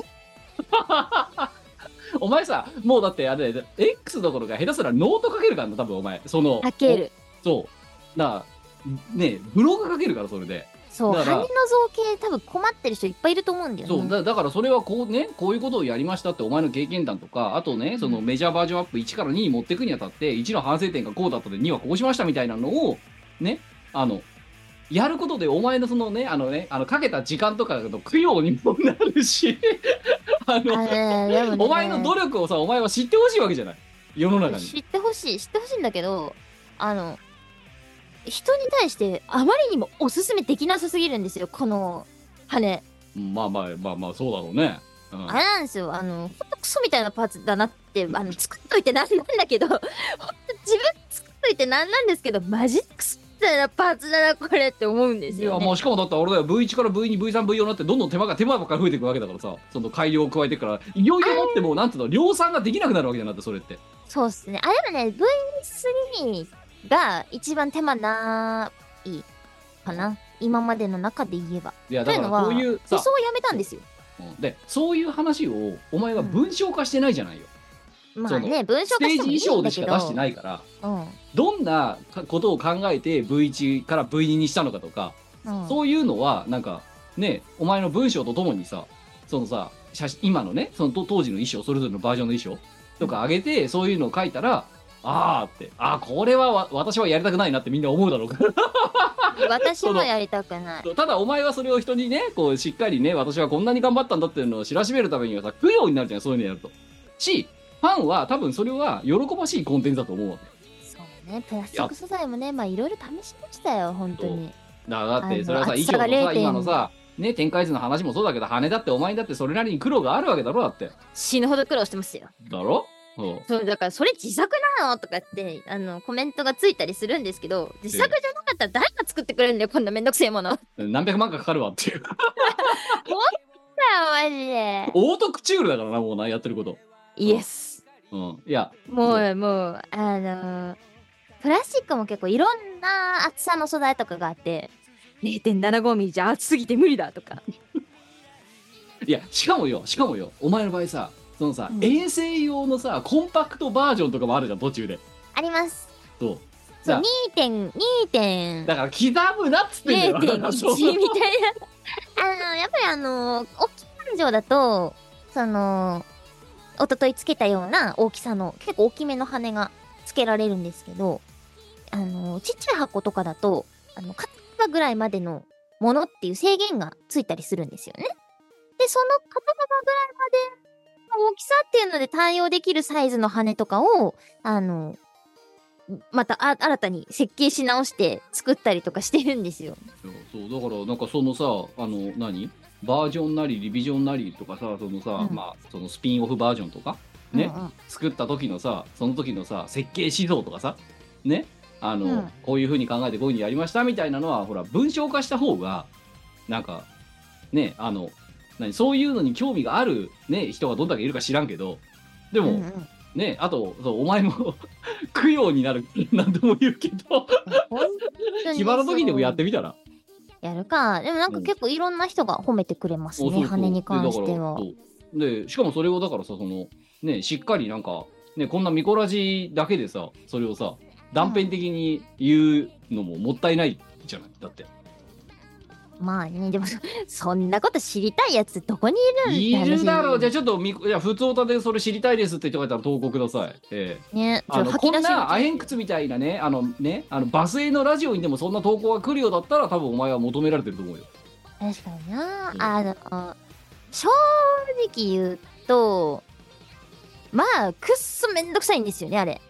お前さもうだってあれ X どころか下手すらノート書けるからな多分お前その書ける。 そうだからねブログ書けるからそれで。 そう羽の造形多分困ってる人いっぱいいると思うんだよね。 そう だ, だからそれはこうねこういうことをやりましたってお前の経験談とかあとねそのメジャーバージョンアップいちからにに持っていくにあたっていちの反省点がこうだったでにはこうしましたみたいなのをねあのやることでお前のそのねあのねあのかけた時間とかの供養にもなるしあのあ、ねね、お前の努力をさお前は知ってほしいわけじゃない世の中に。 知ってほしい知ってほしいんだけどあの人に対してあまりにもおすすめできなさすぎるんですよこの羽。 まあまあまあまあそうだろうね、 うん、あれなんですよあのほんとクソみたいなパーツだなってあの作っといてなんなんだけどほんと自分作っといてなんなんですけどマジクソみたいなパーツだなこれって思うんですよ、ね、 いやもうしかもだったら俺だよ ブイワン から ブイツー、ブイスリー、ブイフォー になってどんどん手間が手間ばっかり増えていくわけだからさその改良を加えていくからいよいよもってもうなんていうの量産ができなくなるわけじゃなくてそれってそうっすね。あでもね ブイスリー が一番手間ないかな今までの中で言えば。 いやだからこういうさそうやめたんですよ、 うん、でそういう話をお前は文章化してないじゃないよ、 うん、まあね文章化してもいいんだけどステージ衣装でしか出してないから、うん、どんなことを考えて ブイワン から ブイツー にしたのかとか、うん、そういうのはなんかねお前の文章とともにさそのさ写真今のねその当時の衣装それぞれのバージョンの衣装とか上げて、うん、そういうのを書いたらあーってあーこれは私はやりたくないなってみんな思うだろうから私もやりたくないただお前はそれを人にねこうしっかりね私はこんなに頑張ったんだっていうのを知らしめるためにはさ供養になるじゃんそういうのやるとしファンは多分それは喜ばしいコンテンツだと思うわけ。 そうねプラスチック素材もねまあいろいろ試しましたよ本当に。 だだってそれはさ衣装のさ今のさね展開図の話もそうだけど羽だってお前だってそれなりに苦労があるわけだろだって死ぬほど苦労してますよ。 だろそうだからそれ自作なのとかってあのコメントがついたりするんですけど自作じゃなかったら誰が作ってくれるんだよこんなめんどくせえもの何百万かかかるわっていう思ったよマジでオートクチュールだからなもうなやってることイエス、 うん、いやもうもうあのー、プラスチックも結構いろんな厚さの素材とかがあって れいてんななごミリじゃ厚すぎて無理だとかいやしかもよしかもよお前の場合さそのさ、 うん衛星用のさコンパクトバージョンとかもあるじゃん途中で。 あります。 そうそう、 だにてんにてんだから刻むなっつってんだよ。 れいてんいちみたいなそうあのやっぱりあの大きいバージョンだとその一昨日つけたような大きさの結構大きめの羽がつけられるんですけど、あのちっちゃい箱とかだとあの片幅ぐらいまでのものっていう制限がついたりするんですよね。でその片幅ぐらいまでの大きさっていうので対応できるサイズの羽とかをあのまたあ新たに設計し直して作ったりとかしてるんですよ。 そうだからなんかそのさあの何バージョンなりリビジョンなりとかさそのさ、 うんまあそのスピンオフバージョンとかね、 うんうん作った時のさその時のさ設計思想とかさねあの、 うんこういう風に考えてこういう風にやりましたみたいなのはほら文章化した方がなんかねあの何そういうのに興味がある、ね、人がどんだけいるか知らんけどでも、 うんうんねあとそうお前も供養になる何度も言うけど本当に暇の時にでもやってみたら。 やるか。でもなんか結構いろんな人が褒めてくれますね、 そうそう羽に関しては。 でしかもそれをだからさそのねしっかりなんかねこんなミコラジだけでさそれをさ断片的に言うのももったいないじゃないだって。 まあね、でもそそんなこと知りたいやつどこにいるんいるだろう。じゃあゃちょっとみいや普通歌でそれ知りたいですって人がいたら投稿ください。ええね、 あのこんなアヘンく靴みたいなねあのねあのバスへのラジオにでもそんな投稿が来るようだったら多分お前は求められてると思うよ。 確かにな、 うんあの正直言うとまあくっそめんどくさいんですよねあれ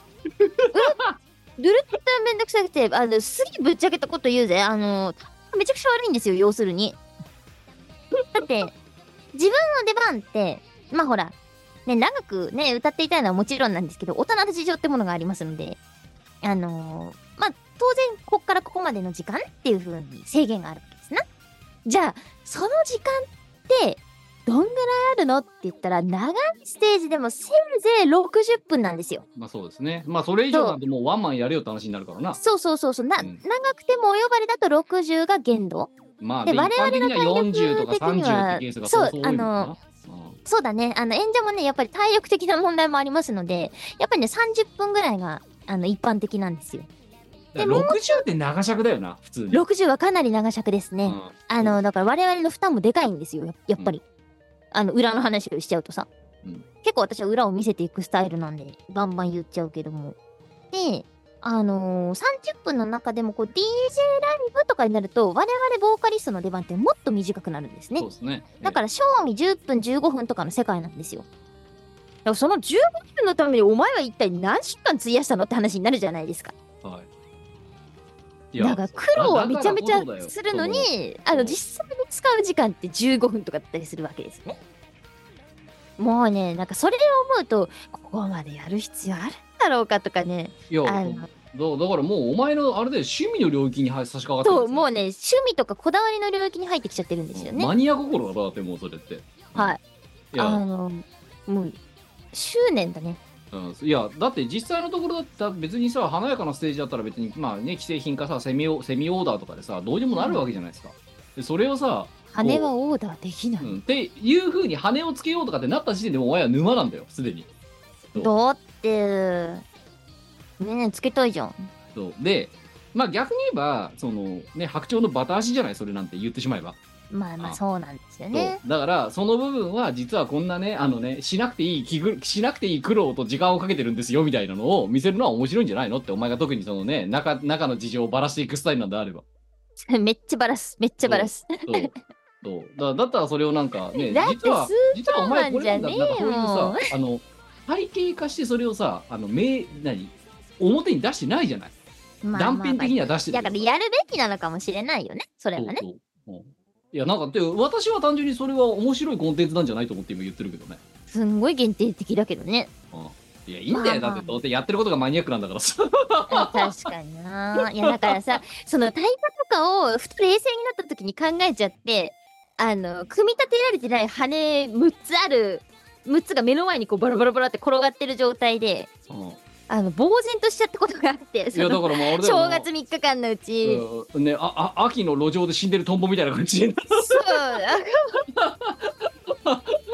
うるるっとめんどくさくてあのすげえぶっちゃけたこと言うぜ。あのめちゃくちゃ悪いんですよ要するに。だって自分の出番ってまあほらね長くね歌っていたいのはもちろんなんですけど大人の事情ってものがありますのであのー、まあ当然こっからここまでの時間っていう風に制限があるわけですな。じゃあその時間ってどんぐらいあるのって言ったら長いステージでもせいぜいろくじゅっぷんなんですよ。 まあそうですね。まあそれ以上なんてもうワンマンやれよって話になるからな。 そうそうそうそうな、 うん長くてもお呼ばれだとろくじゅうが限度まあでで我々 我々の的にはよんじゅうとか体力的にはさんじゅうってケースがそうそう多いのかな。 そうだね。あの、演者もね、やっぱり体力的な問題もありますので、やっぱりね、さんじゅっぷんぐらいが、あの、一般的なんですよ。 でろくじゅうって長尺だよな、普通に。 ろくじゅうはかなり長尺ですね。 うんあの、だから我々の負担もでかいんですよ、ややっぱり。あの、裏の話をしちゃうとさ。 うん結構私は裏を見せていくスタイルなんで、バンバン言っちゃうけども。で、あのー、さんじゅっぷんの中でもこう ディージェー ライブとかになると我々ボーカリストの出番ってもっと短くなるんですね。 そうですね。 だから賞味じゅっぷんじゅうごふんとかの世界なんですよ。だからそのじゅうごふんのためにお前は一体何時間費やしたのって話になるじゃないですか。 はい。いだから苦労はめちゃめちゃするのだからこそだよにあの実際に使う時間ってじゅうごふんとかだったりするわけですね。もうねなんかそれを思うとここまでやる必要あるんだろうかとかね。 いやあのだだからもうお前のあれで趣味の領域に差し掛かってるんですよそうもうね趣味とかこだわりの領域に入ってきちゃってるんですよね。 マニア心だろだってもうそれって。 はい。 いやあのもう執念だね。 うん、いやだって実際のところだったら別にさ華やかなステージだったら別にまあね既製品かさセミオセミオーダーとかでさどうにもなるわけじゃないですか。でそれをさ羽はオーダーできない。 うん、っていうふうに羽をつけようとかってなった時点でもうお前は沼なんだよすでに。そうだってねえつけたいじゃん。 そうでまあ逆に言えばそのね白鳥のバタ足じゃないそれなんて言ってしまえば。 まあまああそうなんですよそうね。 だからその部分は実はこんなねあのねしなくていい気ぐしなくていい苦労と時間をかけてるんですよみたいなのを見せるのは面白いんじゃないのってお前が特にそのね中中の事情をばらしていくスタイルなんであれば。 めっちゃバラすめっちゃバラす。 そうそうだだったらそれをなんかねだって実はス実はお前これなんだーパーマンじゃねえよなんかそういうさあの体系化してそれをさあのめ何表に出してないじゃない、 まあまあまあ断片的には出してるだからやるべきなのかもしれないよねそれはね。 そうそう、うん、いやなんかで私は単純にそれは面白いコンテンツなんじゃないと思って今言ってるけどね、 すんごい限定的だけどね。 うん、いやいいんだよ、 まあまあだってどうせやってることがマニアックなんだからさあ確かにな。いやだからさそのタイパとかをふと冷静になった時に考えちゃってあの組み立てられてない羽むっつあるむっつが目の前にこうバラバラバラって転がってる状態で、 うんあの呆然としちゃったことがあっていやだからもうあれだよ正月みっかかんのうち、 うんねああ秋の路上で死んでるトンボみたいな感じでそう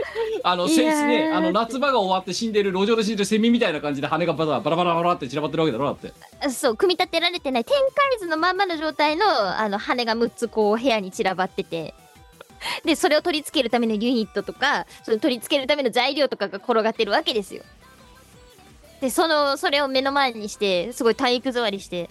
あの、せね、あの夏場が終わって死んでる、路上で死んでるセミみたいな感じで羽がバラバラバラバラって散らばってるわけだろ、だって。 そう、組み立てられてない展開図のまんまの状態のあの羽がむっつこう部屋に散らばってて、でそれを取り付けるためのユニットとか、その取り付けるための材料とかが転がってるわけですよ。でそのそれを目の前にしてすごい体育座りして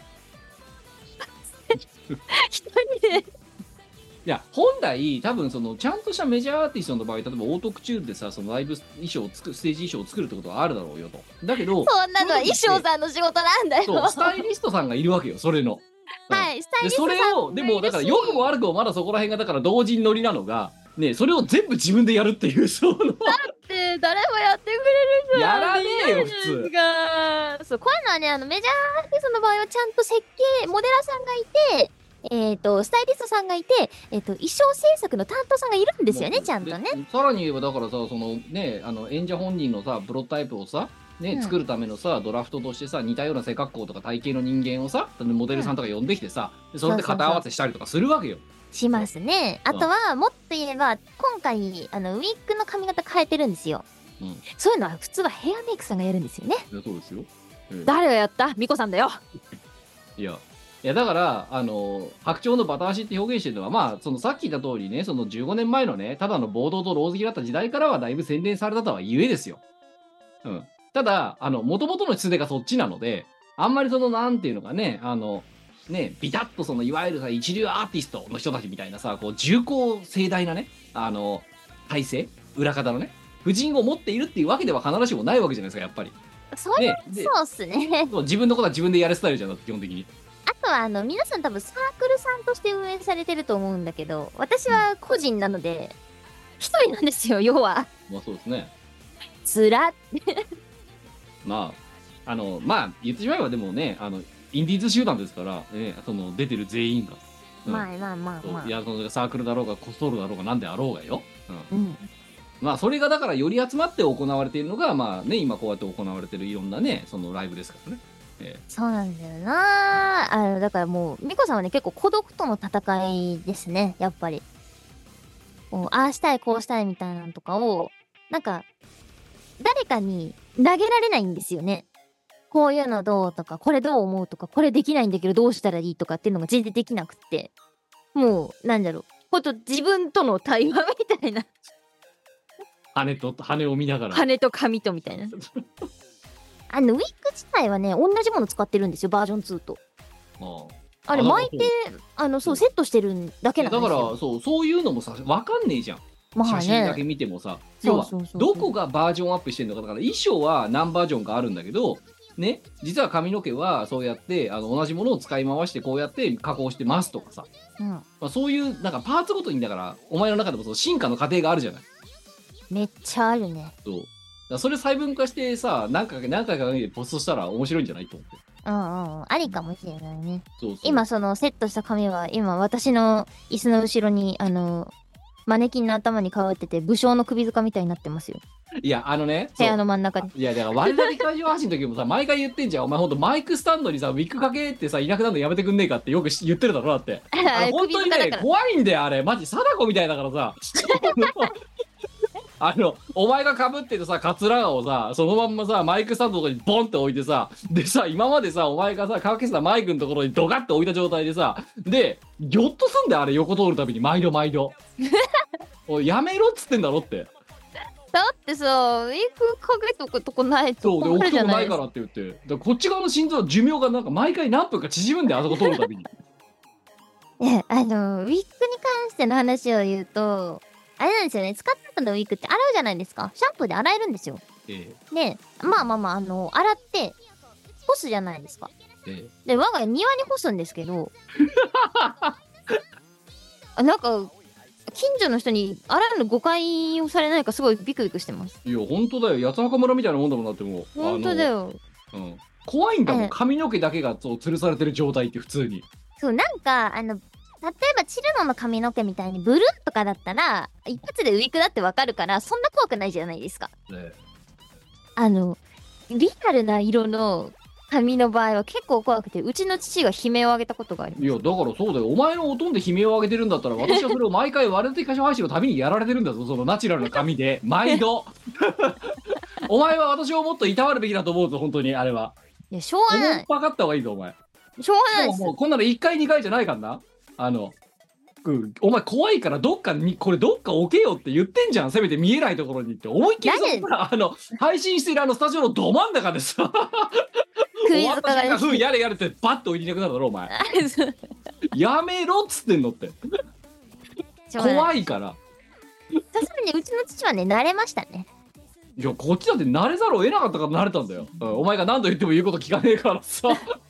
一人でいや本来多分そのちゃんとしたメジャーアーティストの場合、例えばオートクチュールでさ、そのライブ衣装をつくステージ衣装を作るってことはあるだろうよと。だけどそんなのは衣装さんの仕事なんだよ。 そうスタイリストさんがいるわけよ、それの。 はい、スタイリストさんでそれをでもだから良くも悪くもまだそこら辺がだから同時に乗りなのがね、それを全部自分でやるっていうそのだって誰もやってくれるじゃん。 やらねえよ普通がそう、こういうのはね、あのメジャーアーティストの場合はちゃんと設計モデラーさんがいて、えっ、ー、とスタイリストさんがいて、えっ、ー、と衣装制作の担当さんがいるんですよね、ちゃんとね。 さらに言えばだからさ、そのね、あの演者本人のさプロタイプをさね、うん、作るためのさドラフトとしてさ、似たような背格好とか体型の人間をさモデルさんとか呼んできてさ、うん、それで肩合わせしたりとかするわけよ。 しますね。あとは、うん、もっと言えば今回あのウィッグの髪型変えてるんですよ、うん、そういうのは普通はヘアメイクさんがやるんですよね。 いやそうですよ、 えー、誰がやった？ミコさんだよ。 いやいやだからあの白鳥のバタ足って表現してるのは、まあそのさっき言った通りね、そのじゅうごねんまえのねただの暴動とロー好きだった時代からはだいぶ洗練されたとはゆえですよ。うん。ただあの元々の質がそっちなので、あんまりそのなんていうのかね、あのねビタッとそのいわゆるさ一流アーティストの人たちみたいなさ、こう重厚盛大なねあの体制裏方のね婦人を持っているっていうわけでは必ずしもないわけじゃないですか、やっぱり。 それ、ね、そうっすね。 自分のことは自分でやるスタイルじゃん、だって基本的に。 あとはあの皆さん多分サークルさんとして運営されてると思うんだけど、私は個人なので一人なんですよ、要は。 まあそうですね。 つらっまああのまあ言ってしまえばでもね、あのインディーズ集団ですから、ね、その出てる全員が、 うん、まあまあまあまあ、 いやそのサークルだろうがコストールだろうがなんであろうがよ、 うん、うん、 まあそれがだからより集まって行われているのがまあね、今こうやって行われているいろんなねそのライブですからね。ええ、 そうなんだよなあ。だからもう美子さんはね結構孤独との戦いですね、やっぱり。こうああしたいこうしたいみたいなのとかをなんか誰かに投げられないんですよね。こういうのどうとか、これどう思うとか、これできないんだけどどうしたらいいとかっていうのが全然できなくって、もうなんだろう、ほんと自分との対話みたいな。 羽と羽を見ながら、 羽と髪とみたいな。あのウィッグ自体はね同じもの使ってるんですよ、バージョンツーと。ああ、あれ巻いてあのそうセットしてるだけなんですよ。 だからそうそういうのもさ分かんねえじゃん。まあね、写真だけ見てもさ、要はどこがバージョンアップしてるのか。だから衣装は何バージョンかあるんだけどね、実は髪の毛はそうやってあの同じものを使い回してこうやって加工してますとかさ、うん、まあ、そういうなんかパーツごとにだからお前の中でもその進化の過程があるじゃない。 めっちゃあるね。 そうだ、それ細分化してさ、何回か何回かかけてポストしたら面白いんじゃないと思って。 うんうん、ありかもしれないね。 そうそう、 今そのセットした髪は今私の椅子の後ろにあのマネキンの頭にかぶってて武将の首塚みたいになってますよ。 いやあのね、 部屋の真ん中に。 いやだから我々会場発信の時もさ毎回言ってんじゃん、お前ほんとマイクスタンドにさウィッグかけってさいなくなるのやめてくんねえかってよく言ってるだろ。だってあれ本当にね怖いんだよあれ、マジ貞子みたいだからさあのお前がかぶってるさカツラをさそのまんまさマイクスタンドとかにボンって置いてさ、でさ今までさお前がさかけてたマイクのところにドカッて置いた状態でさ、でギョッとすんだよあれ、横通るたびに毎度毎度おいやめろっつってんだろって。 だってさウィークかけとくとこないと困るじゃないですか。そうで置くとこないからって言って、だからこっち側の心臓寿命がなんか毎回何分か縮むんだよあそこ通るたびにね、あのウィッグに関しての話を言うとあれなんですよね、使った後のウィッグって洗うじゃないですか。シャンプーで洗えるんですよ。ええ、でまあまあまああの洗って干すじゃないですか。ええ、で我が家庭に干すんですけどなんか近所の人に洗うの誤解をされないかすごいビクビクしてます。 いや本当だよ、八幡村みたいなもんだもんなって。もう本当だよ、 うん、怖いんだもん、髪の毛だけがそう吊るされてる状態って普通に。 そうなんかあの例えばチルノの髪の毛みたいにブルーとかだったら一発でウィッグだってわかるからそんな怖くないじゃないですか。ね、あのリアルな色の髪の場合は結構怖くて、うちの父が悲鳴を上げたことがあります。 いやだからそうだよ、お前のおとんで悲鳴を上げてるんだったら、私はそれを毎回割れて歌唱配信のたびにやられてるんだぞ、そのナチュラルな髪で毎度お前は私をもっといたわるべきだと思うぞ、本当にあれは。 いや、しょうがない。 分かった方がいいぞお前。 しょうがないです。 もうこんなのいっかいにかいじゃないからな。あのうん、お前怖いからどっかにこれどっか置けよって言ってんじゃん、せめて見えないところにって思いっきりさ、あの配信しているあのスタジオのど真ん中でさクイズ化がふうやれやれってバッと置いていなくなるだろお前やめろっつってんのって怖いから。 さすがにうちの父はね慣れましたね。 いやこっちだって慣れざるを得なかったから慣れたんだよ、うん、お前が何度言っても言うこと聞かねえからさ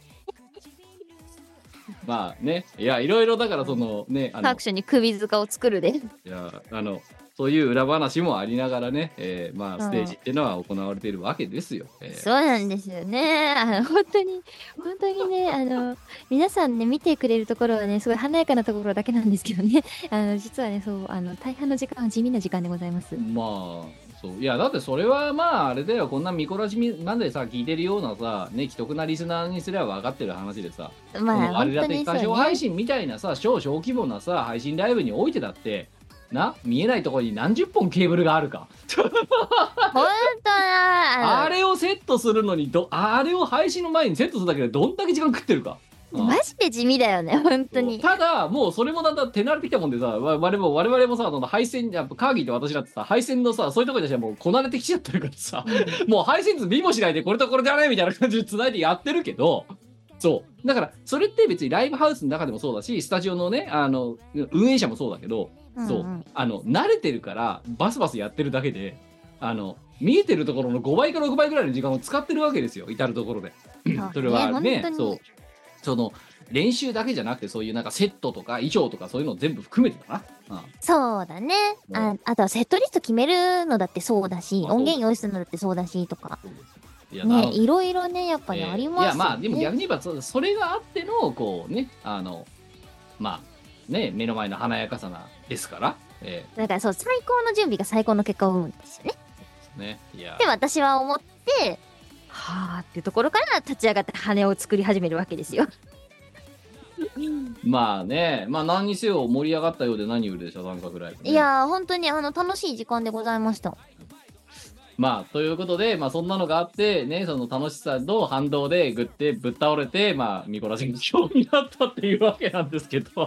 まあね、いやいろいろだからそのね、あの各所に首塚を作るで。いやあのそういう裏話もありながらね、えー、まあステージっていうのは行われているわけですよ。えー、 そうなんですよね。あの本当に本当にね、あの皆さんね見てくれるところはねすごい華やかなところだけなんですけどね、あの実はねそうあの大半の時間は地味な時間でございます。 まあ。そういやだってそれはまああれだよ、こんな見こらしみなんでさ聞いてるようなさね既得なリスナーにすれば分かってる話でさ、 まああれだって歌唱配信信みたいなさ小小規模なさ配信ライブにおいてだってな見えないところに何十本ケーブルがあるか本当だ。 あれをセットするのにどあれを配信の前にセットするだけでどんだけ時間食ってるか。 マジで地味だよね本当に。 ただもうそれもだんだん手慣れてきたもんでさ、我々も我々もさ、あの配線やっぱカーギーと私だってさ配線のさそういうところにしてはもうこなれてきちゃってるからさ、うん、もう配線図見もしないでこれとこれじゃねみたいな感じで繋いでやってるけど、そうだからそれって別にライブハウスの中でもそうだしスタジオのねあの運営者もそうだけど、うんうん、そうあの慣れてるからバスバスやってるだけであの見えてるところのごばいかろくばいぐらいの時間を使ってるわけですよ、至るところで。それはね、そうその練習だけじゃなくてそういうなんかセットとか衣装とかそういうの全部含めてだな、うん、 そうだね。ああとはセットリスト決めるのだってそうだし、音源用意するのだってそうだしとかいやね、いろいろねやっぱりありますよね、えー、いやまあでも逆に言えばそれがあってのこうねあのまあね目の前の華やかさなですから、 えー、だからそう最高の準備が最高の結果を生むんですよね。 ねいやで私は思ってはあっていうところから立ち上がって羽を作り始めるわけですよまあね、まあ何にせよ盛り上がったようで何よりでしょ三角ライブ、ね、 いやー本当にあの楽しい時間でございました。 まあということでまあそんなのがあってね、その楽しさの反動でぐってぶっ倒れてまあミコラジに興味になったっていうわけなんですけど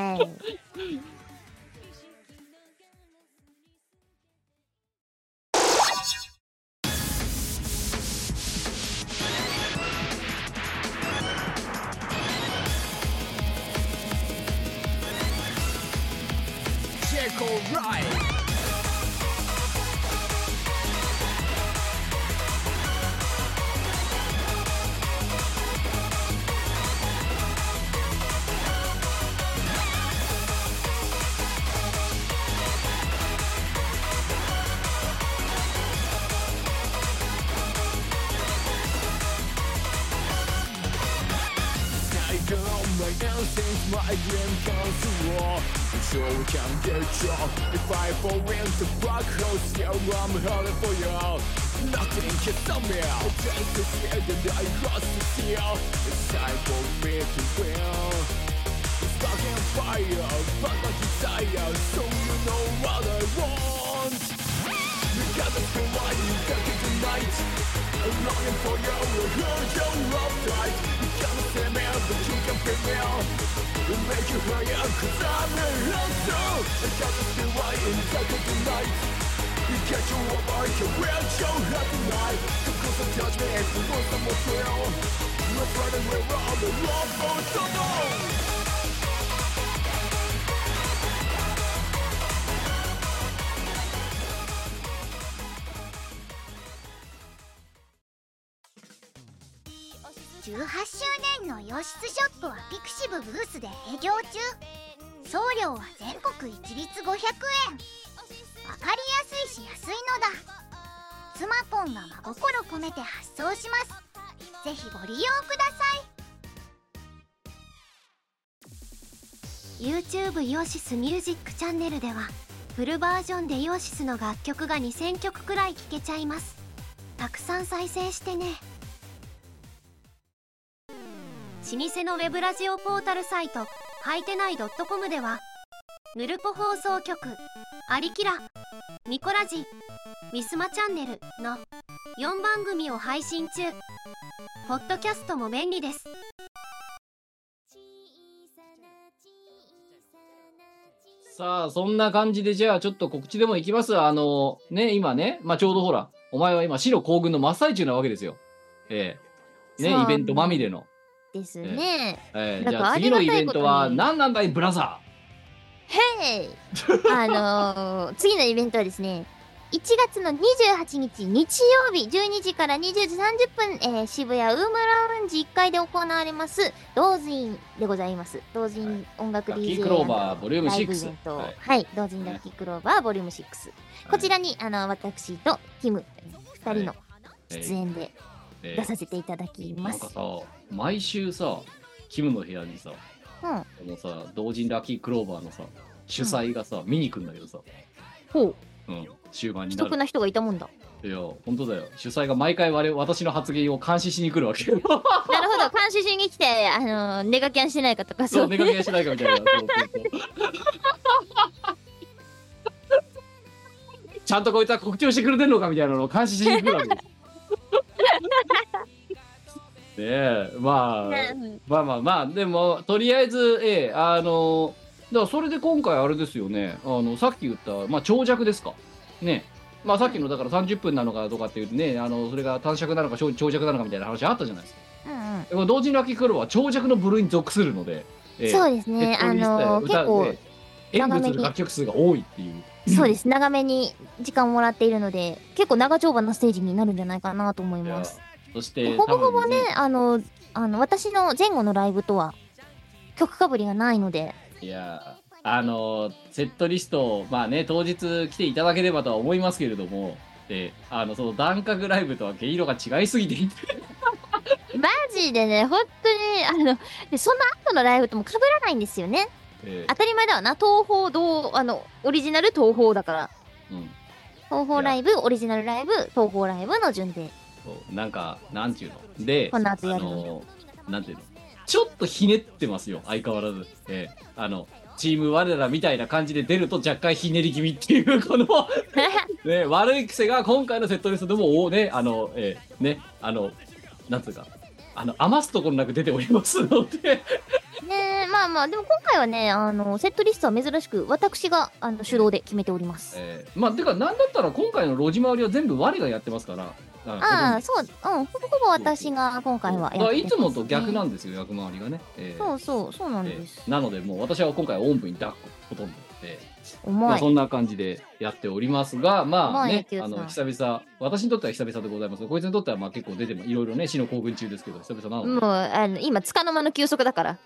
My dream comes true. So we can get you. If I fall into black holes, yeah, I'm headed for you. Nothing can stop me. Just to see that I got to see. It's time for me to win. It's stuck in fire, but not desire. So you know what I want. We gotta feel like you got it tonight. I'm longing for you. Hold your love tight. You gotta see me, but you can feel me. Make you higher, cause I'm in love zone. I got to feel right inside of the night. You get your up, I can wear your head tonight. Come close and touch me if you want some more thrill. Let's run and we're on the love boat, come on. じゅうはちしゅうねんのヨシスショップはピクシブブースで営業中。送料は全国一律ごひゃくえん。わかりやすいし安いのだ。スマポンが真心込めて発送します。ぜひご利用ください。 YouTube イオシスミュージックチャンネルではフルバージョンでイオシスの楽曲がにせんきょくくらい聴けちゃいます。たくさん再生してね。 老舗のウェブラジオポータルサイトはいてない .com ではヌルポ放送局、アリキラ、ミコラジ、ミスマチャンネルのよんばん組を配信中。ポッドキャストも便利です。 さあそんな感じでじゃあちょっと告知でもいきます。あのね今ね、まあ、ちょうどほらお前は今白行軍の真っ最中なわけですよ。ええねイベントまみれのですね。 ええええ、じゃあ次のイベントは何なんだいブラザー。へいあのー、次のイベントはですね、いちがつのにじゅうはちにち日曜日じゅうにじからにじゅうじさんじゅっぷん、えー、渋谷ウームラウンジいっかいで行われます同人でございます。同人音楽 ディージェーラッキークローバーボリュームライブイシックス、 ベント、 はい、 はい、同人ラッキークローバーボリュームシックス、こちらにあの私とキムふたりの出演で出させていただきます。 なんかさ毎週さキムの部屋にさ、 うん、 このさ同人ラッキークローバーのさ主催がさ、うん、見に来るんだけどさ、 ほう、 うん、終盤になる。既得な人がいたもんだ。 いや本当だよ。主催が毎回我私の発言を監視しに来るわけよ。 なるほど、監視しに来てあのネガキャンしてないかとか、 そうネガキャンしてないかみたいな。そうそうそうちゃんとこいつは告知をしてくれてるのかみたいなのを監視しに来るわけです。ねえ、まあ、まあまあまあでもとりあえずええあのだからそれで今回あれですよね、あのさっき言ったまあ長尺ですかね、まあさっきのだからさんじゅっぷんなのかとかっていうね、あのそれが短尺なのか長尺なのかみたいな話あったじゃないですか。うんうん、同時にラッキークローバーは長尺の部類に属するので、 えー、そうですね、あのー、結構演舞する楽曲数が多いっていう。 そうです、長めに時間をもらっているので結構長丁場なステージになるんじゃないかなと思います。 そしてほぼほぼね、あのあの私の前後のライブとは曲かぶりがないので、 いやあのセットリストをまあね当日来ていただければとは思いますけれども、えあのその段階ライブとは毛色が違いすぎていてマジでね本当にあのでその後のライブとも被らないんですよね。えー、当たり前だわな、東宝どうあのオリジナル東宝だから、うん、東宝ライブオリジナルライブ東宝ライブの順で、 そうなんかなんていうので、 この後やるの、あのなんていうのちょっとひねってますよ相変わらず、えー、あのチーム我らみたいな感じで出ると若干ひねり気味っていうこの、ね、悪い癖が今回のセットリストでもねあの、えー、ねあのなんつうかあの余すところなく出ておりますのでねえ、まあまあでも今回はねあのセットリストは珍しく私があの主導で決めております。 えー、まあてかなんだったら今回の路地回りは全部我がやってますから。 ああそう、うん、ほぼほぼ私が今回はやってます、ね、 いつもと逆なんですよ役回りがね、えー、 そうそうそうなんです、 えー、なのでもう私は今回おんぶに抱っこほとんどで、 まあ、 そんな感じでやっておりますがまあねあの久々私にとっては久々でございますがこいつにとってはまあ結構出てもいろいろね死の行軍中ですけど久々なのでもうあの今束の間の休息だから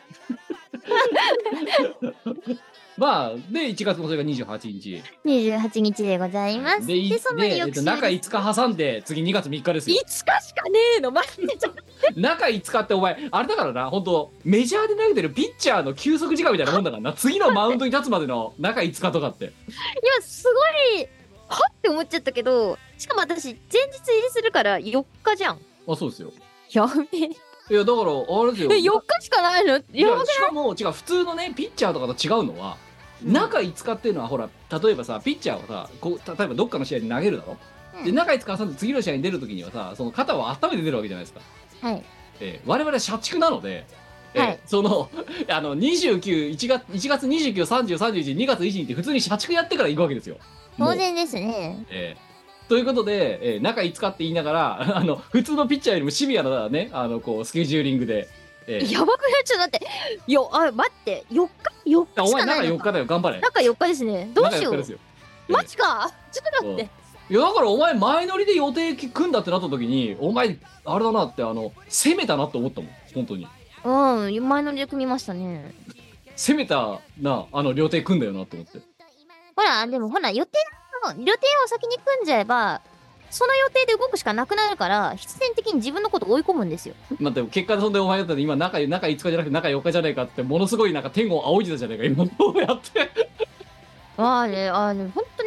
まあでいちがつのそれがにじゅうはちにちにじゅうはちにちでございます。 ででその翌週、えっと、中いつか挟んで次にがつみっかですよ。 いつかしかねえのマジで中いつかってお前あれだからな本当メジャーで投げてるピッチャーの休息時間みたいなもんだからな次のマウンドに立つまでの中いつかとかっていやすごいはって思っちゃったけど、しかも私前日入りするからよっかじゃん。 あそうですよ。 やべえ。 いやだからあれですよ。 えよっかしかないの？ いやしかも違う普通のねピッチャーとかと違うのは、うん、中いつかっていうのはほら例えばさピッチャーはさこう例えばどっかの試合に投げるだろ、うん、で中いつか挟んで次の試合に出るときにはさその肩を温めて出るわけじゃないですか。 はい。 えー、我々は社畜なので、えーはい、そのあのにじゅうく、いちがつ、いちがつにじゅうく、さんじゅう、さんじゅういち、にがついちにちって普通に社畜やってから行くわけですよ。 当然ですね。 えー、ということで、えー、中いつかって言いながらあの普通のピッチャーよりもシビアなねあのこうスケジューリングで、 えー、やばくない？ちょっと待ってよあ待ってよっかよっかしかないのか。 お前中よっかだよ頑張れ。 中よっかですね。どうしよう。よえー、マジかちょっと待って。 いやだからお前前乗りで予定組んだってなった時にお前あれだなってあの攻めたなって思ったもん本当に。 うん前乗りで組みましたね。 攻めたなあの予定組んだよなって思って。 ほらでもほら予定の予定を先に組んじゃえばその予定で動くしかなくなるから必然的に自分のことを追い込むんですよ。 まあでも結果でそんでお前だったら今中中いつかじゃなくて中よっかじゃないかってものすごいなんか天を仰いでたじゃないか今どうやって。 ああねああね本当ね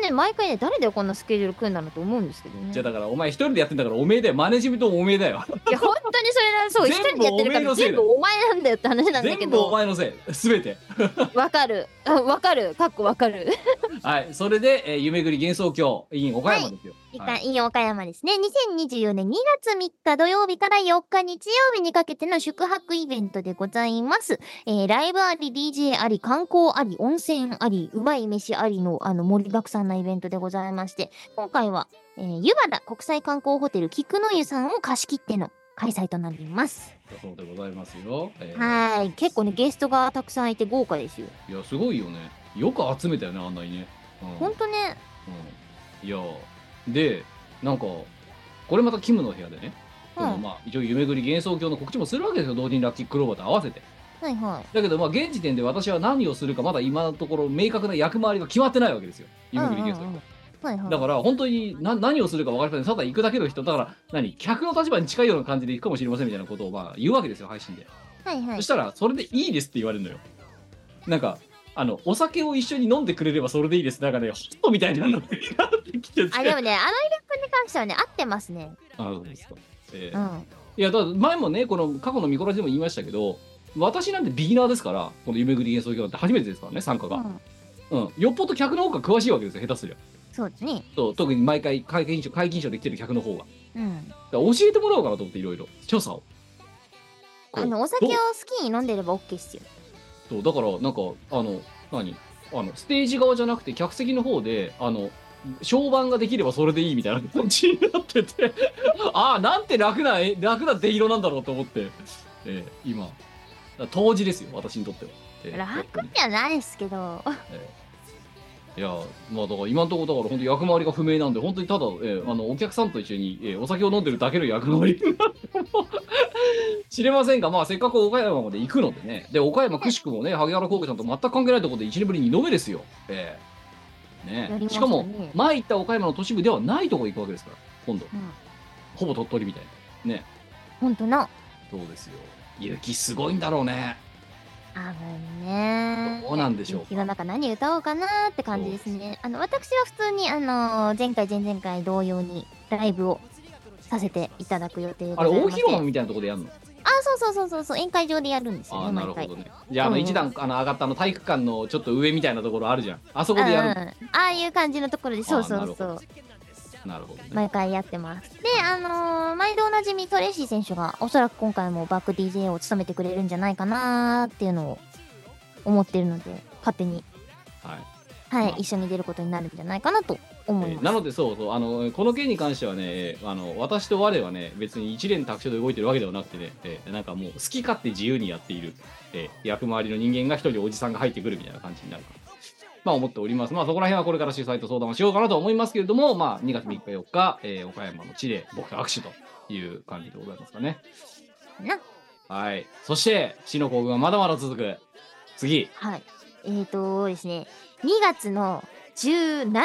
ね、毎回ね、誰でこんなスケジュール組んだのと思うんですけどね。 じゃあだからお前一人でやってんだからおめえだよ。マネジメントもおめえだよ。 いや、本当にそれな、そう、一人でやってるから全部お前なんだよって話なんだけど。 全部お前のせい。すべて。 わかる。あ、わかる。かっこわかる。 はい。それで、えー、夢ぐり幻想郷 in 岡山ですよ。 いか、いい岡山ですね。にせんにじゅうよねんにがつみっか土曜日からよっか日曜日にかけての宿泊イベントでございます。えー、ライブあり、ディージェー あり、観光あり、温泉あり、うまい飯ありの、あの、盛りだくさんなイベントでございまして、今回は、えー、湯原国際観光ホテル菊の湯さんを貸し切っての開催となります。 そうでございますよ。えー、はい。結構ね、ゲストがたくさんいて豪華ですよ。 いや、すごいよね。よく集めたよね、あんなにね。 うん、ほんとね。 うん。いや、で、なんか、これまたキムの部屋でね、うん、そのまあ、一応夢ぐり幻想郷の告知もするわけですよ、同時にラッキークローバーと合わせて。 はいはい。 だけど、まあ、現時点で私は何をするか、まだ今のところ明確な役回りが決まってないわけですよ、夢ぐり幻想郷。うんうんうん、はいはい、だから本当にな何をするか分かりません。ただ行くだけの人だから何客の立場に近いような感じで行くかもしれませんみたいなことをまあ言うわけですよ、配信で。 はいはい。 そしたらそれでいいですって言われるのよ。なんかあのお酒を一緒に飲んでくれればそれでいいです。なんかねホットみたいなのってきてて。 あでもねあのイベントに関してはね合ってますね。 あそうですか。えーうん、 いやだから前もねこの過去のミコラジでも言いましたけど、私なんてビギナーですからこの夢ぐり幻想郷って初めてですからね参加が。うん、うん、よっぽど客の方が詳しいわけですよ下手すりゃ。 そうですね。 そう特に毎回解禁賞解禁賞できてる客の方が、 うん、 だから教えてもらおうかなと思っていろいろ調査を。 あのお酒を好きに飲んでれば OK っすよ。 そうだからなんかあの何あのステージ側じゃなくて客席の方であの商売ができればそれでいいみたいな感じになっててああなんて楽な楽な出色なんだろうと思って、えー、今当時ですよ私にとっては、 えー、楽じゃないですけど、 えーいやまあだから今のところだから本当役回りが不明なんで本当にただ、えー、あのお客さんと一緒に、えー、お酒を飲んでるだけの役回りになっても知れませんがまあせっかく岡山まで行くのでねで岡山くしくもね萩原工具さんと全く関係ないところでいちねんぶりににどめですよ、えーねね、しかも前行った岡山の都市部ではないところ行くわけですから今度、うん、ほぼ鳥取みたいなねほんとなそうですよ雪すごいんだろうね多分ねどうなんでしょうか。 雪の中何歌おうかなって感じですね。あの私は普通にあのー、前回前々回同様にライブをさせていただく予定でございまして。 あれ大広間みたいなところでやるの？ あそうそうそうそうそう宴会場でやるんですよね。 あなるほどね。じゃああの一段、うん、あの上がったあの体育館のちょっと上みたいなところあるじゃん。あそこでやる。うん、 ああいう感じのところでそうそうそう。 なるほど、ね、 毎回やってます。で、あのー、毎度おなじみトレイシー選手がおそらく今回もバック ディージェー を務めてくれるんじゃないかなーっていうのを思ってるので勝手にはい、 はいまあ、 一緒に出ることになるんじゃないかなと思います、 えー、なのでそうそうあのこの件に関してはねあの私と我はね別に一連卓上で動いてるわけではなくてね、えー、なんかもう好き勝手自由にやっている、えー、役回りの人間が一人おじさんが入ってくるみたいな感じになるからまあ思っております。まあそこら辺はこれから主催と相談をしようかなと思いますけれども、まあにがつみっかよっか、えー、岡山の地で僕と握手という感じでございますかね。 な。 はい。そして死の行軍はまだまだ続く。次。 はい。えーとですね、にがつのじゅうしち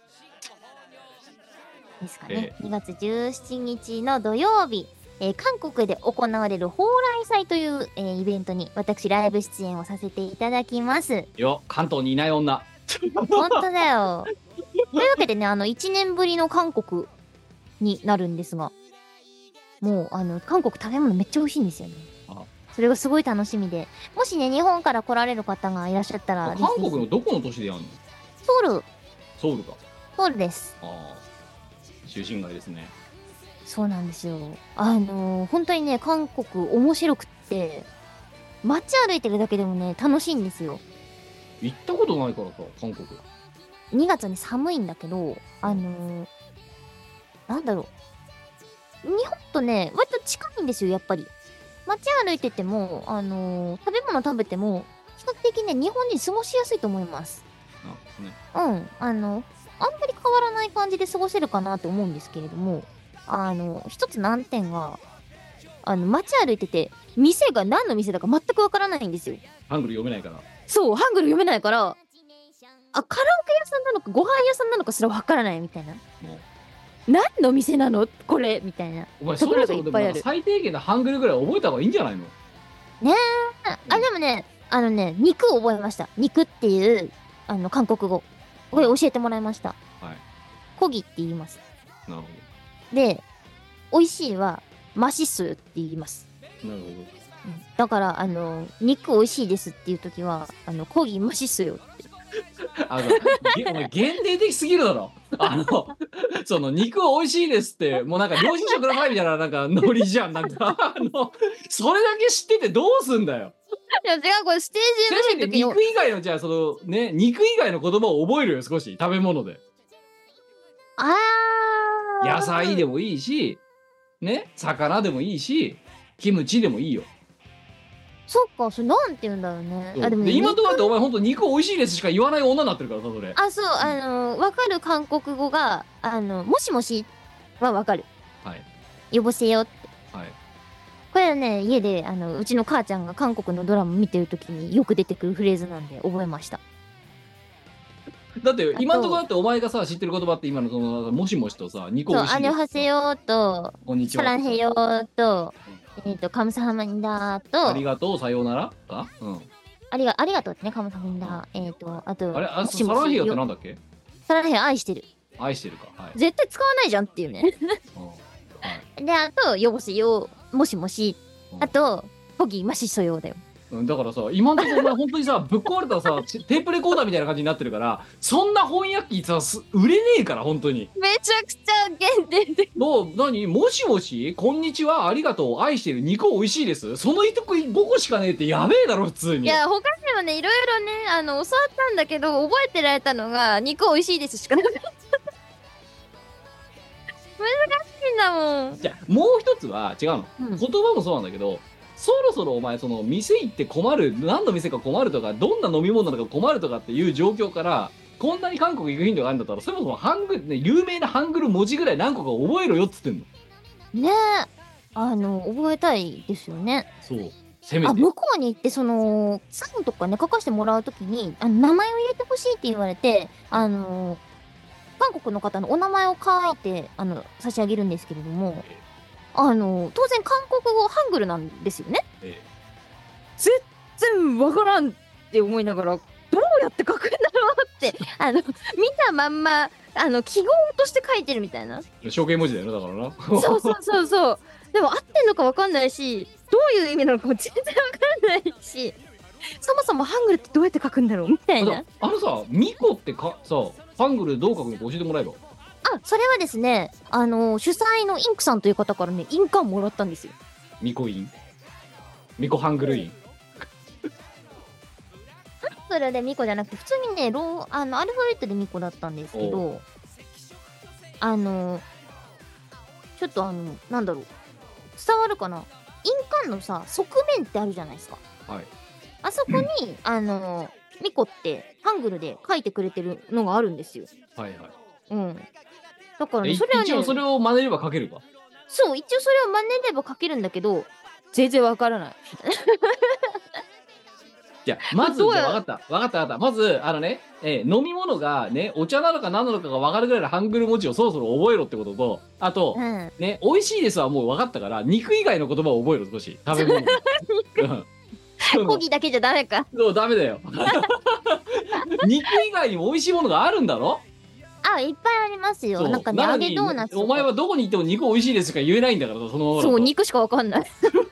ですかね。えー、にがつじゅうしちにちの土曜日、えー、韓国で行われる蓬莱祭という、えー、イベントに私ライブ出演をさせていただきます。 よ、関東にいない女。 本当だよ。というわけでね、あのいちねんぶりの韓国になるんですが、もうあの韓国食べ物めっちゃ美味しいんですよね。あそれがすごい楽しみで、もしね日本から来られる方がいらっしゃったら、 韓国のどこの都市でやるの？ ソウル。 ソウルか。 ソウルです。 ああ、中心街ですね。 そうなんですよ。あのー、本当にね韓国面白くって、街歩いてるだけでもね楽しいんですよ。 行ったことないからさ、韓国。 にがつに寒いんだけど、あのー、なんだろう。日本とね、割と近いんですよ、やっぱり。街歩いてても、あのー、食べ物食べても、比較的ね、日本人過ごしやすいと思います。 あ、ね。 うん。あの、あんまり変わらない感じで過ごせるかなと思うんですけれども、あの、一つ難点が、あの、街歩いてて、店が何の店だか全くわからないんですよ。 ハングル読めないから。 そう、ハングル読めないから、あ、カラオケ屋さんなのかご飯屋さんなのかすらわからないみたいな。何の店なのこれみたいな。 お前そろそろでも最低限のハングルぐらい覚えた方がいいんじゃないの？ ねえ。あ、でもね、あのね、肉を覚えました。肉っていう、あの、韓国語。これ教えてもらいました。 はい。 コギって言います。 なるほで、美味しいはマシッソよって言います。 ど。なるほど。 うん、だからあの肉美味しいですっていう時はあのコギマシッソよって。 あのげお前限定的すぎるだろ。あのその肉美味しいですってもうなんか領収書くださいみたいななんかノリじゃん。なんかあのそれだけ知っててどうすんだよ。 いや違う、これステージ エムシー の時に肉以外のじゃあそのね肉以外の言葉を覚えるよ少し食べ物で。 あー野菜でもいいしね魚でもいいしキムチでもいいよ。 そっか、それなんて言うんだろうね。あでもねで今となってお前ほんと肉美味しいですしか言わない女になってるからさそれ。 あそう、あの分かる韓国語があのもしもしは分かる。 はい。 よぼせよって。 はい。 これはね家であのうちの母ちゃんが韓国のドラマ見てる時によく出てくるフレーズなんで覚えました。 だって今のところだってお前がさ知ってる言葉って今のそのもしもしとさ肉美味しいです。 アニョハセヨとこんにちは。 サランヘヨとえっ、ー、とカムサハマニダとありがとうさようならか。うん。 ありがありがとうってねカムサハマニダえっ、ー、とあとあれあサランヘヨってなんだっけ？ サランヘヨ愛してる。 愛してるか。はい。 絶対使わないじゃんっていうね。 うんはい、 であとよぼせよもしもし。あと、コギマシソ用だよ。 だからさ、今のところお前本当にさ、ぶっ壊れたさ、テープレコーダーみたいな感じになってるから、そんな翻訳機さ、売れねえから、本当に。 めちゃくちゃ限定的。 もう、何もしもしこんにちは、ありがとう、愛してる、肉美味しいです。その一個ごこしかねえってやべえだろ、普通に。 いや、他にもね、いろいろね、あの、教わったんだけど、覚えてられたのが、肉美味しいですしかなかった。難しいんだもん。 じゃあもう一つは違うの、うん、言葉もそうなんだけどそろそろお前その店行って困る何の店か困るとかどんな飲み物なのか困るとかっていう状況からこんなに韓国行く頻度があるんだったらそもそもハングル、ね、有名なハングル文字ぐらい何個か覚えろよっつってんのねえあの覚えたいですよね。 そうせめてあ向こうに行ってそのサインとかね書かせてもらうときにあの名前を入れてほしいって言われてあの韓国の方のお名前を書いてあの差し上げるんですけれども、あの当然韓国語ハングルなんですよね。ええ、全然わからんって思いながらどうやって書くんだろうってあの見たまんまあの記号として書いてるみたいな。 象形文字だよねだからな。 そうそうそうそう。でも合ってんのかわかんないしどういう意味なのかも全然わかんないしそもそもハングルってどうやって書くんだろうみたいな。 あのさミコってかさハングルどう書くのか教えてもらえば。 あ、それはですね、あのー、主催のインクさんという方からね、印鑑もらったんですよ。 ミコインミコハングルインハングルでミコじゃなくて、普通にね、ロー、あの、アルファベットでミコだったんですけど、あのー、ちょっとあの、なんだろう、伝わるかな印鑑のさ、側面ってあるじゃないですか。 はい。 あそこに、あのー、ミコってハングルで書いてくれてるのがあるんですよ。 はいはい。 うん。だからね、それはね、 一応それを真似れば書けるか。 そう、一応それを真似れば書けるんだけど、全然わからない。 じゃあ、まず、じゃあ分かった。分かった分かった。まず、あのね、えー、飲み物がね、お茶なのか何なのかが分かるぐらいのハングル文字をそろそろ覚えろってことと、あと、うん、ね、美味しいですはもう分かったから、肉以外の言葉を覚えろ、少し。食べ物。 コギだけじゃダメか。 そう、ダメだよ。肉以外にも美味しいものがあるんだろ？ あ、いっぱいありますよ。なんかね、揚げドーナツ。 お前はどこに行っても肉美味しいですしか言えないんだから、そのまま。 そう、肉しかわかんない。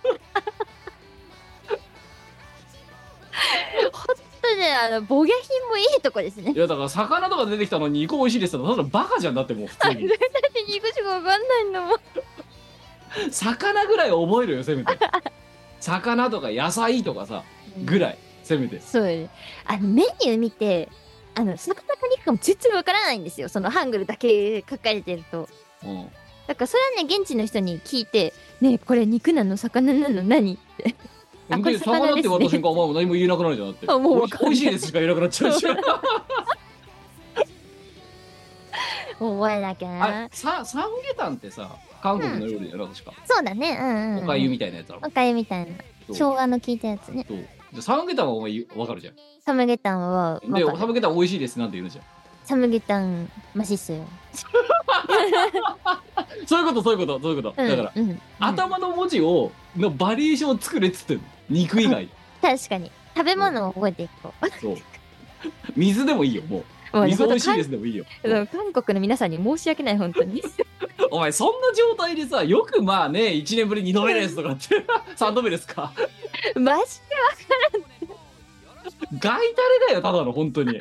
ほんとね、あの、ボゲ品もいいとこですね。 いや、だから魚とか出てきたのに肉美味しいですってただバカじゃんだってもう普通に。 だって肉しかわかんないんだもん。 魚ぐらい覚えるよ、せめて。魚とか野菜とかさ、ぐらい、せめて。 そうよね。あの、メニュー見て、あの、魚か肉かも全然わからないんですよ。そのハングルだけ書かれてると。うん。だからそれはね、現地の人に聞いて、ねえ、これ肉なの魚なの何って。 あ、これ魚ですね。魚って言われた瞬間、お前も何も言えなくなるじゃんって。あ、もう美味しいですしか言えなくなっちゃうし。 覚えなきゃな。 さ、サムゲタンってさ、韓国の料理だよな、確か。 そうだね、うんうん。 おかゆみたいなやつだろ。 おかゆみたいな。生姜の効いたやつね。そう。 じゃサムゲタンはお前わかるじゃん。 サムゲタンはで、サムゲタン美味しいですなんて言うのじゃん。 サムゲタンマシっすよ。 そういうことそういうことそういうこと、うん、だから、うんうん、頭の文字をのバリエーションを作れっつってんの肉以外、 うん、確かに食べ物を覚えていこう、 そう水でもいいよもうもうね、 水美味しいほんとですでもいいよ。 韓韓国の皆さんに申し訳ない、本当に。 お前そんな状態でさ、よくまあね、いちねんぶりにどめですとかってさんどめですか。 マジガイタレだよただの本当に。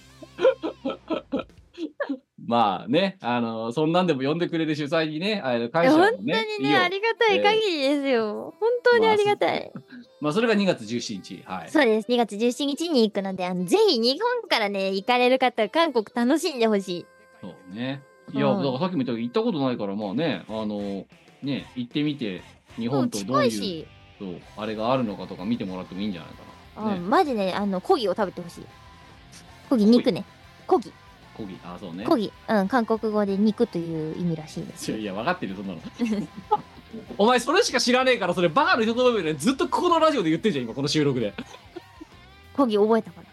まあね、あのそんなんでも呼んでくれる主催にね、あの感で謝を本ね。 当にね、ありがたい限りですよ。本当にありがたい。 まあそれがにがつじゅうしちにち、はい。 そうです。にがつじゅうしちにちに行くので、あのぜひ日本からね、行かれる方は韓国楽しんでほしい。 そうね。いや、 はいだからさっきも言ったけど行ったことないから、まあね、あのね、行ってみて、日本とどういう、 近いし、 そうあれがあるのかとか見てもらってもいいんじゃないかな。 あね、 マジね、あの、コギを食べてほしい。コギ、肉ね。コギ。 コギ、あ、そうね。 コギ。うん、韓国語で肉という意味らしいですよ。 いや、分かってるよ、そんなの。お前、それしか知らねえから、それバカの人の部分でずっとここのラジオで言ってんじゃん、今、この収録で。 コギ覚えたか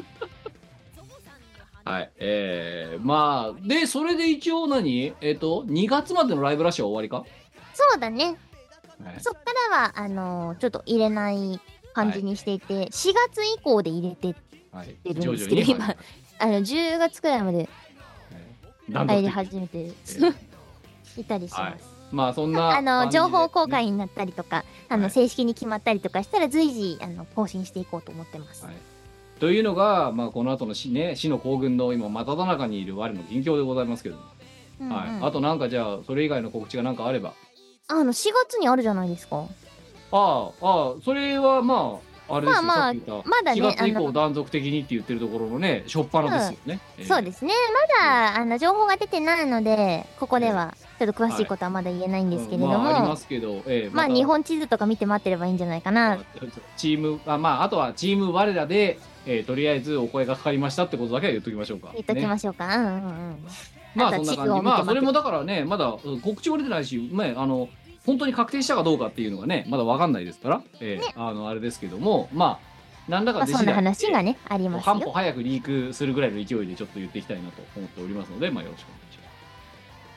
な。 はい。えー、まあ、で、それで一応何えっ、と、にがつまでのライブラッシュは終わりか。 そうだね。 はい、 そっからは、あのー、ちょっと入れない感じにしていて、はい、しがつ以降で入れてってるんですけど、はい、今、あの、じゅうがつくらいまで入り始めて、いたりします。はい、 まあ、そんな。 あの、情報公開になったりとか、あの、正式に決まったりとかしたら、随時、あの、更新していこうと思ってます。 はい、というのが、まあ、この後の死ね、死の行軍の今、真ただ中にいる我の近況でございますけども。うんうん、はい。あとなんか、じゃあ、それ以外の告知がなんかあれば。 あの、しがつにあるじゃないですか。 ああ、ああ、それはまあ、あれですよ、まあまあ、 まだね、 しがつ以降断続的にって言ってるところのね、初っ端ですよね、 うんえー。そうですね。まだ、あの、情報が出てないので、ここでは、ちょっと詳しいことはまだ言えないんですけれども。はいうん、 まあ、ありますけど、えー、 まあ、日本地図とか見て待ってればいいんじゃないかな。 チーム、あまあ、あとはチーム我らで、えー、とりあえずお声がかかりましたってことだけは言っときましょうか。 言っときましょうか。ね、うんうんうん。 まあ、そんな感じ。まあ、それもだからね、まだ告知も出てないし、まあ、あの、本当に確定したかどうかっていうのがね、まだわかんないですから、えーね、あの、あれですけども、まあ、なんだかでそんな話がね、ありますよ。 半歩早くリークするぐらいの勢いでちょっと言っていきたいなと思っておりますので、まあよろしくお願いします。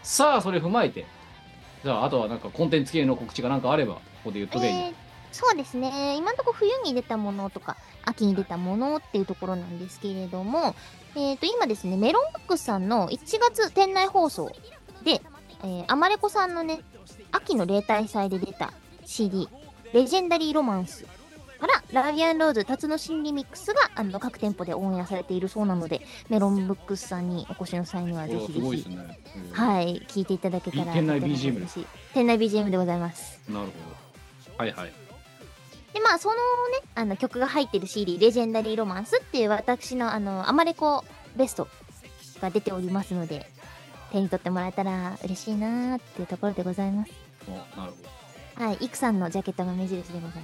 さあ、それ踏まえて、じゃあ、あとはなんかコンテンツ系の告知がなんかあれば、ここで言っとけ、えー、 そうですね。今のところ冬に出たものとか、秋に出たものっていうところなんですけれども、えっと、今ですね、メロンブックスさんのいちがつ店内放送で、えー、アマレコさんのね、秋の例大祭で出た シーディー、レジェンダリーロマンスからラビアンローズ辰の新リミックスがあの各店舗でオンエアされているそうなので、メロンブックスさんにお越しの際にはぜひぜひ、ね、はい聞いていただけたら。 店内 ビージーエム です。 店内 ビージーエム でございます。 なるほど。はいはい。 でまあそのねあの曲が入ってる シーディー レジェンダリーロマンスっていう私のあのアマレコベストが出ておりますので、手に取ってもらえたら嬉しいなーっていうところでございます。 お、なるほど。はい、イクさんのジャケットが目印でございます。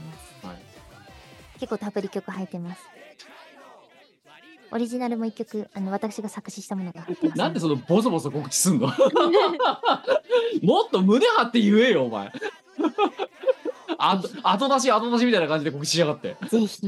はい。結構たっぷり曲入ってます。オリジナルも一曲、あの私が作詞したものが入ってます。 なんでそのボソボソ告知すんの？もっと胸張って言えよお前。あ後出し後出しみたいな感じで告知しやがって。 ぜひ。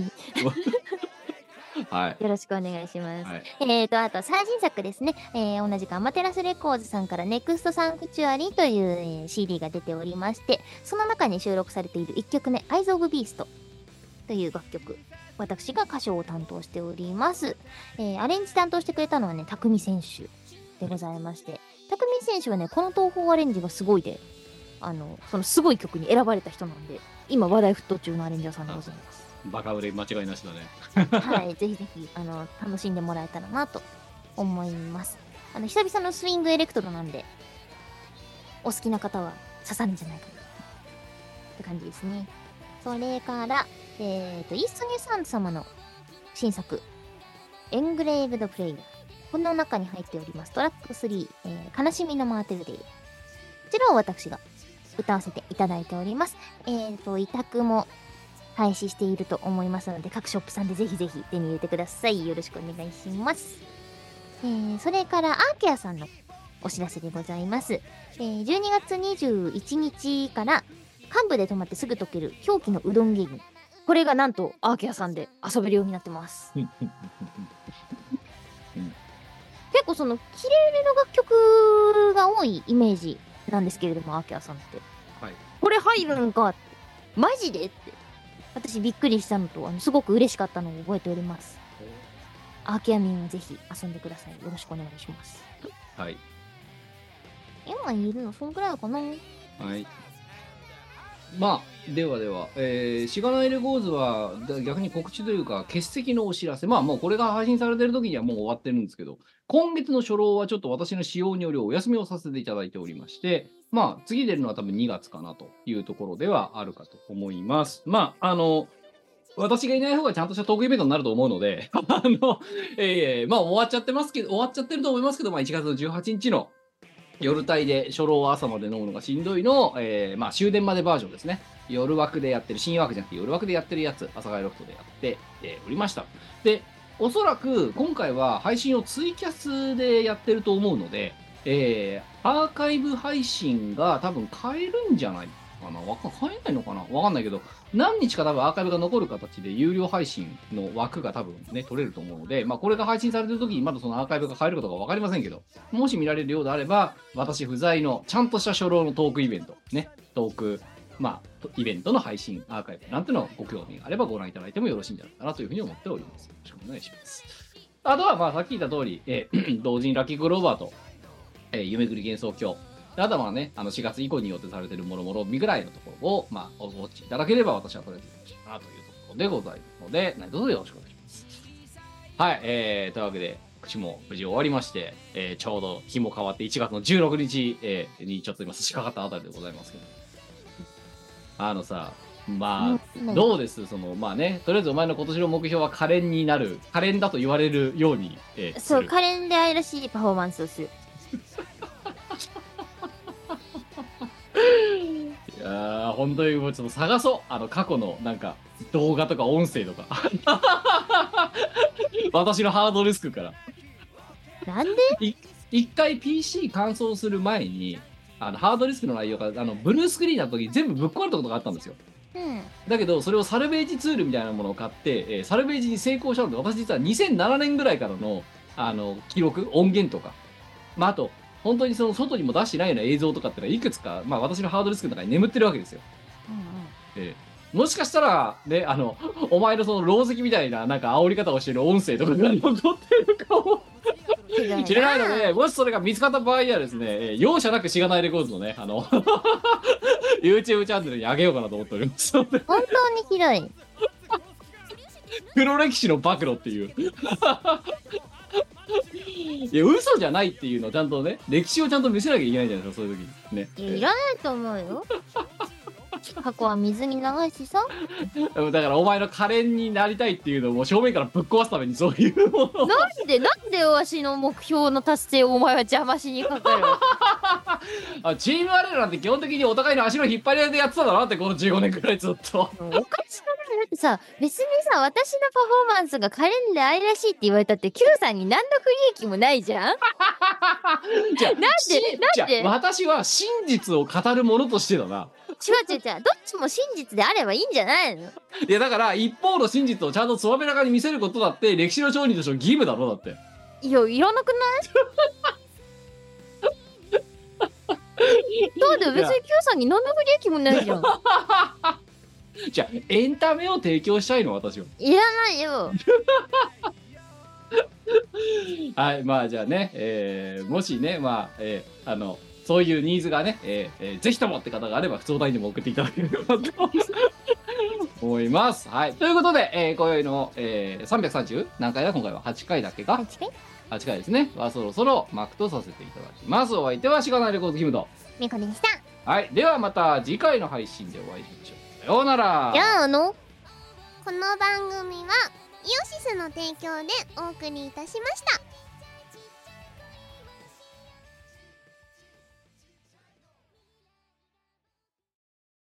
はい、 よろしくお願いします。はい、えーと、あと最新作ですね、えー、同じくアマテラスレコーズさんからネクストサンクチュアリという、えー、シーディー が出ておりまして、その中に収録されているいっきょくめ、アイズ・オブ・ビーストという楽曲、私が歌唱を担当しております。えー、アレンジ担当してくれたのはね、匠選手でございまして、匠選手はね、この東宝アレンジがすごいで、あの、そのすごい曲に選ばれた人なんで、今話題沸騰中のアレンジャーさんでございます。 バカ売れ間違いなしだね。はい、ぜひぜひあの楽しんでもらえたらなと思います。あの久々のスイングエレクトロなんで、お好きな方は刺さるんじゃないかなって感じですね。それからえっとイーストニューサンド様の新作エングレーブドプレイヤー、この中に入っておりますトラックスリー、えー、悲しみのマーテルデイ、こちらを私が歌わせていただいております。えっと委託も廃止していると思いますので、各ショップさんでぜひぜひ手に入れてください。よろしくお願いします。えー、それからアーケアさんのお知らせでございます。えー、じゅうにがつにじゅういちにちから幹部で泊まってすぐ溶ける狂気のうどん芸人、これがなんとアーケアさんで遊べるようになってます。結構その綺麗めの楽曲が多いイメージなんですけれども、アーケアさんって、はい、これ入るんかってマジでって私びっくりしたのと、あのすごく嬉しかったのを覚えております。 アーケアミンをぜひ遊んでください。よろしくお願いします。 はい。 今いるのそんくらいかな。はい。 まあではでは、えー、しがないレコーズは逆に告知というか欠席のお知らせ。まあもうこれが配信されてる時にはもう終わってるんですけど、今月の初老はちょっと私の使用によりお休みをさせていただいておりまして、まあ次出るのは多分にがつかなというところではあるかと思います。まああの私がいない方がちゃんとしたトークイベントになると思うのであの、えー、まあ終わっちゃってますけど終わっちゃってると思いますけど、まあいちがつのじゅうはちにちの夜帯で初老は朝まで飲むのがしんどいの、えー、まあ終電までバージョンですね。夜枠でやってる、深夜枠じゃなくて夜枠でやってるやつ、朝帰ロフトでやって、えー、おりました。で、おそらく今回は配信をツイキャスでやってると思うので、えー、アーカイブ配信が多分変えるんじゃないかな。わか変えないのかなわかんないけど、何日か多分アーカイブが残る形で有料配信の枠が多分ね、取れると思うので、まあこれが配信されてる時にまだそのアーカイブが変えることがわかりませんけど、もし見られるようであれば、私不在のちゃんとした初老のトークイベント、ね、トーク、まあ、イベントの配信アーカイブなんてのをご興味があればご覧いただいてもよろしいんじゃないかなというふうに思っております。よろしくお願いします。あとは、まあ、さっき言った通り、えー、同時にラッキークローバーと、えー、夢ぐり幻想郷、あとはまあね、あのしがつ以降に予定されているもろもろ見ぐらいのところを、まあ、おウォッチいただければ私はそれでよろしいかなというところでございますので、何卒よろしくお願いします。はい、えー、というわけで、口も無事終わりまして、えー、ちょうど日も変わっていちがつのじゅうろくにち、えー、にちょっと今差し掛かったあたりでございますけど、あのさ、まあ、どうですその、まあね、とりあえずお前の今年の目標は可憐になる、可憐だと言われるように、えー、 そう、可憐で愛らしいパフォーマンスをする。 いやー、本当にもうちょっと探そう。あの、過去のなんか、動画とか音声とか。私のハードディスクから。 なんでい一回 ピーシー 乾燥する前に、あのハードディスクの内容があのブルースクリーンだった時に全部ぶっ壊れたことがあったんですよ。 うん、 だけどそれをサルベージツールみたいなものを買って、えー、サルベージに成功したので、私実はにせんななねんぐらいからのあの記録音源とか、まあ、あと本当にその外にも出してないような映像とかってのはいくつか、まあ、私のハードディスクの中に眠ってるわけですよ。うんうん、えー、もしかしたらね、あのお前のその狼藉みたいななんか煽り方をしている音声とかが残ってるかも知れないので、もしそれが見つかった場合にはですね、えー、容赦なくしがないレコーズのね、あのYouTube チャンネルに上げようかなと思っておりますので本当にひどい黒歴史の暴露っていういや嘘じゃないっていうのをちゃんとね、歴史をちゃんと見せなきゃいけないじゃないですか、そういう時にね。 いらないと思うよ過去は水に流しさだからお前の可憐になりたいっていうのをもう正面からぶっ壊すためにそういうものなんでなんでわしの目標の達成をお前は邪魔しにかかるあチームアレルなんて基本的にお互いの足の引っ張り合いでやってたんだなって、このじゅうごねんくらいずっとおかしくない？だってさ、別にさ、私のパフォーマンスが可憐で愛らしいって言われたって Q さんに何の不利益もないじゃんじゃあなんでなんで私は真実を語るものとしてだな。 違う違う違う、どっちも真実であればいいんじゃないの？いやだから一方の真実をちゃんとつまべらかに見せることだって歴史の証人としての義務だろ。だっていや、いらなくないそうだよ、別に Q さんに何の不利益もないじゃんじゃあエンタメを提供したいの私は。 いらないよはい、まあじゃあね、えー、もしね、まあ、えー、あのそういうニーズがね、えーえー、ぜひともって方があれば普通お題にも送っていただければと思います。はい、ということで、えー、今宵の、えー、さんびゃくさんじゅう何回だ今回ははちかいだっけかはちかいはちかいですねはそろそろ幕とさせていただきます。お相手はしがないレコードキムとみこでした。 はい、ではまた次回の配信でお会いしましょう。さようなら。 じゃあのこの番組はイオシスの提供でお送りいたしました。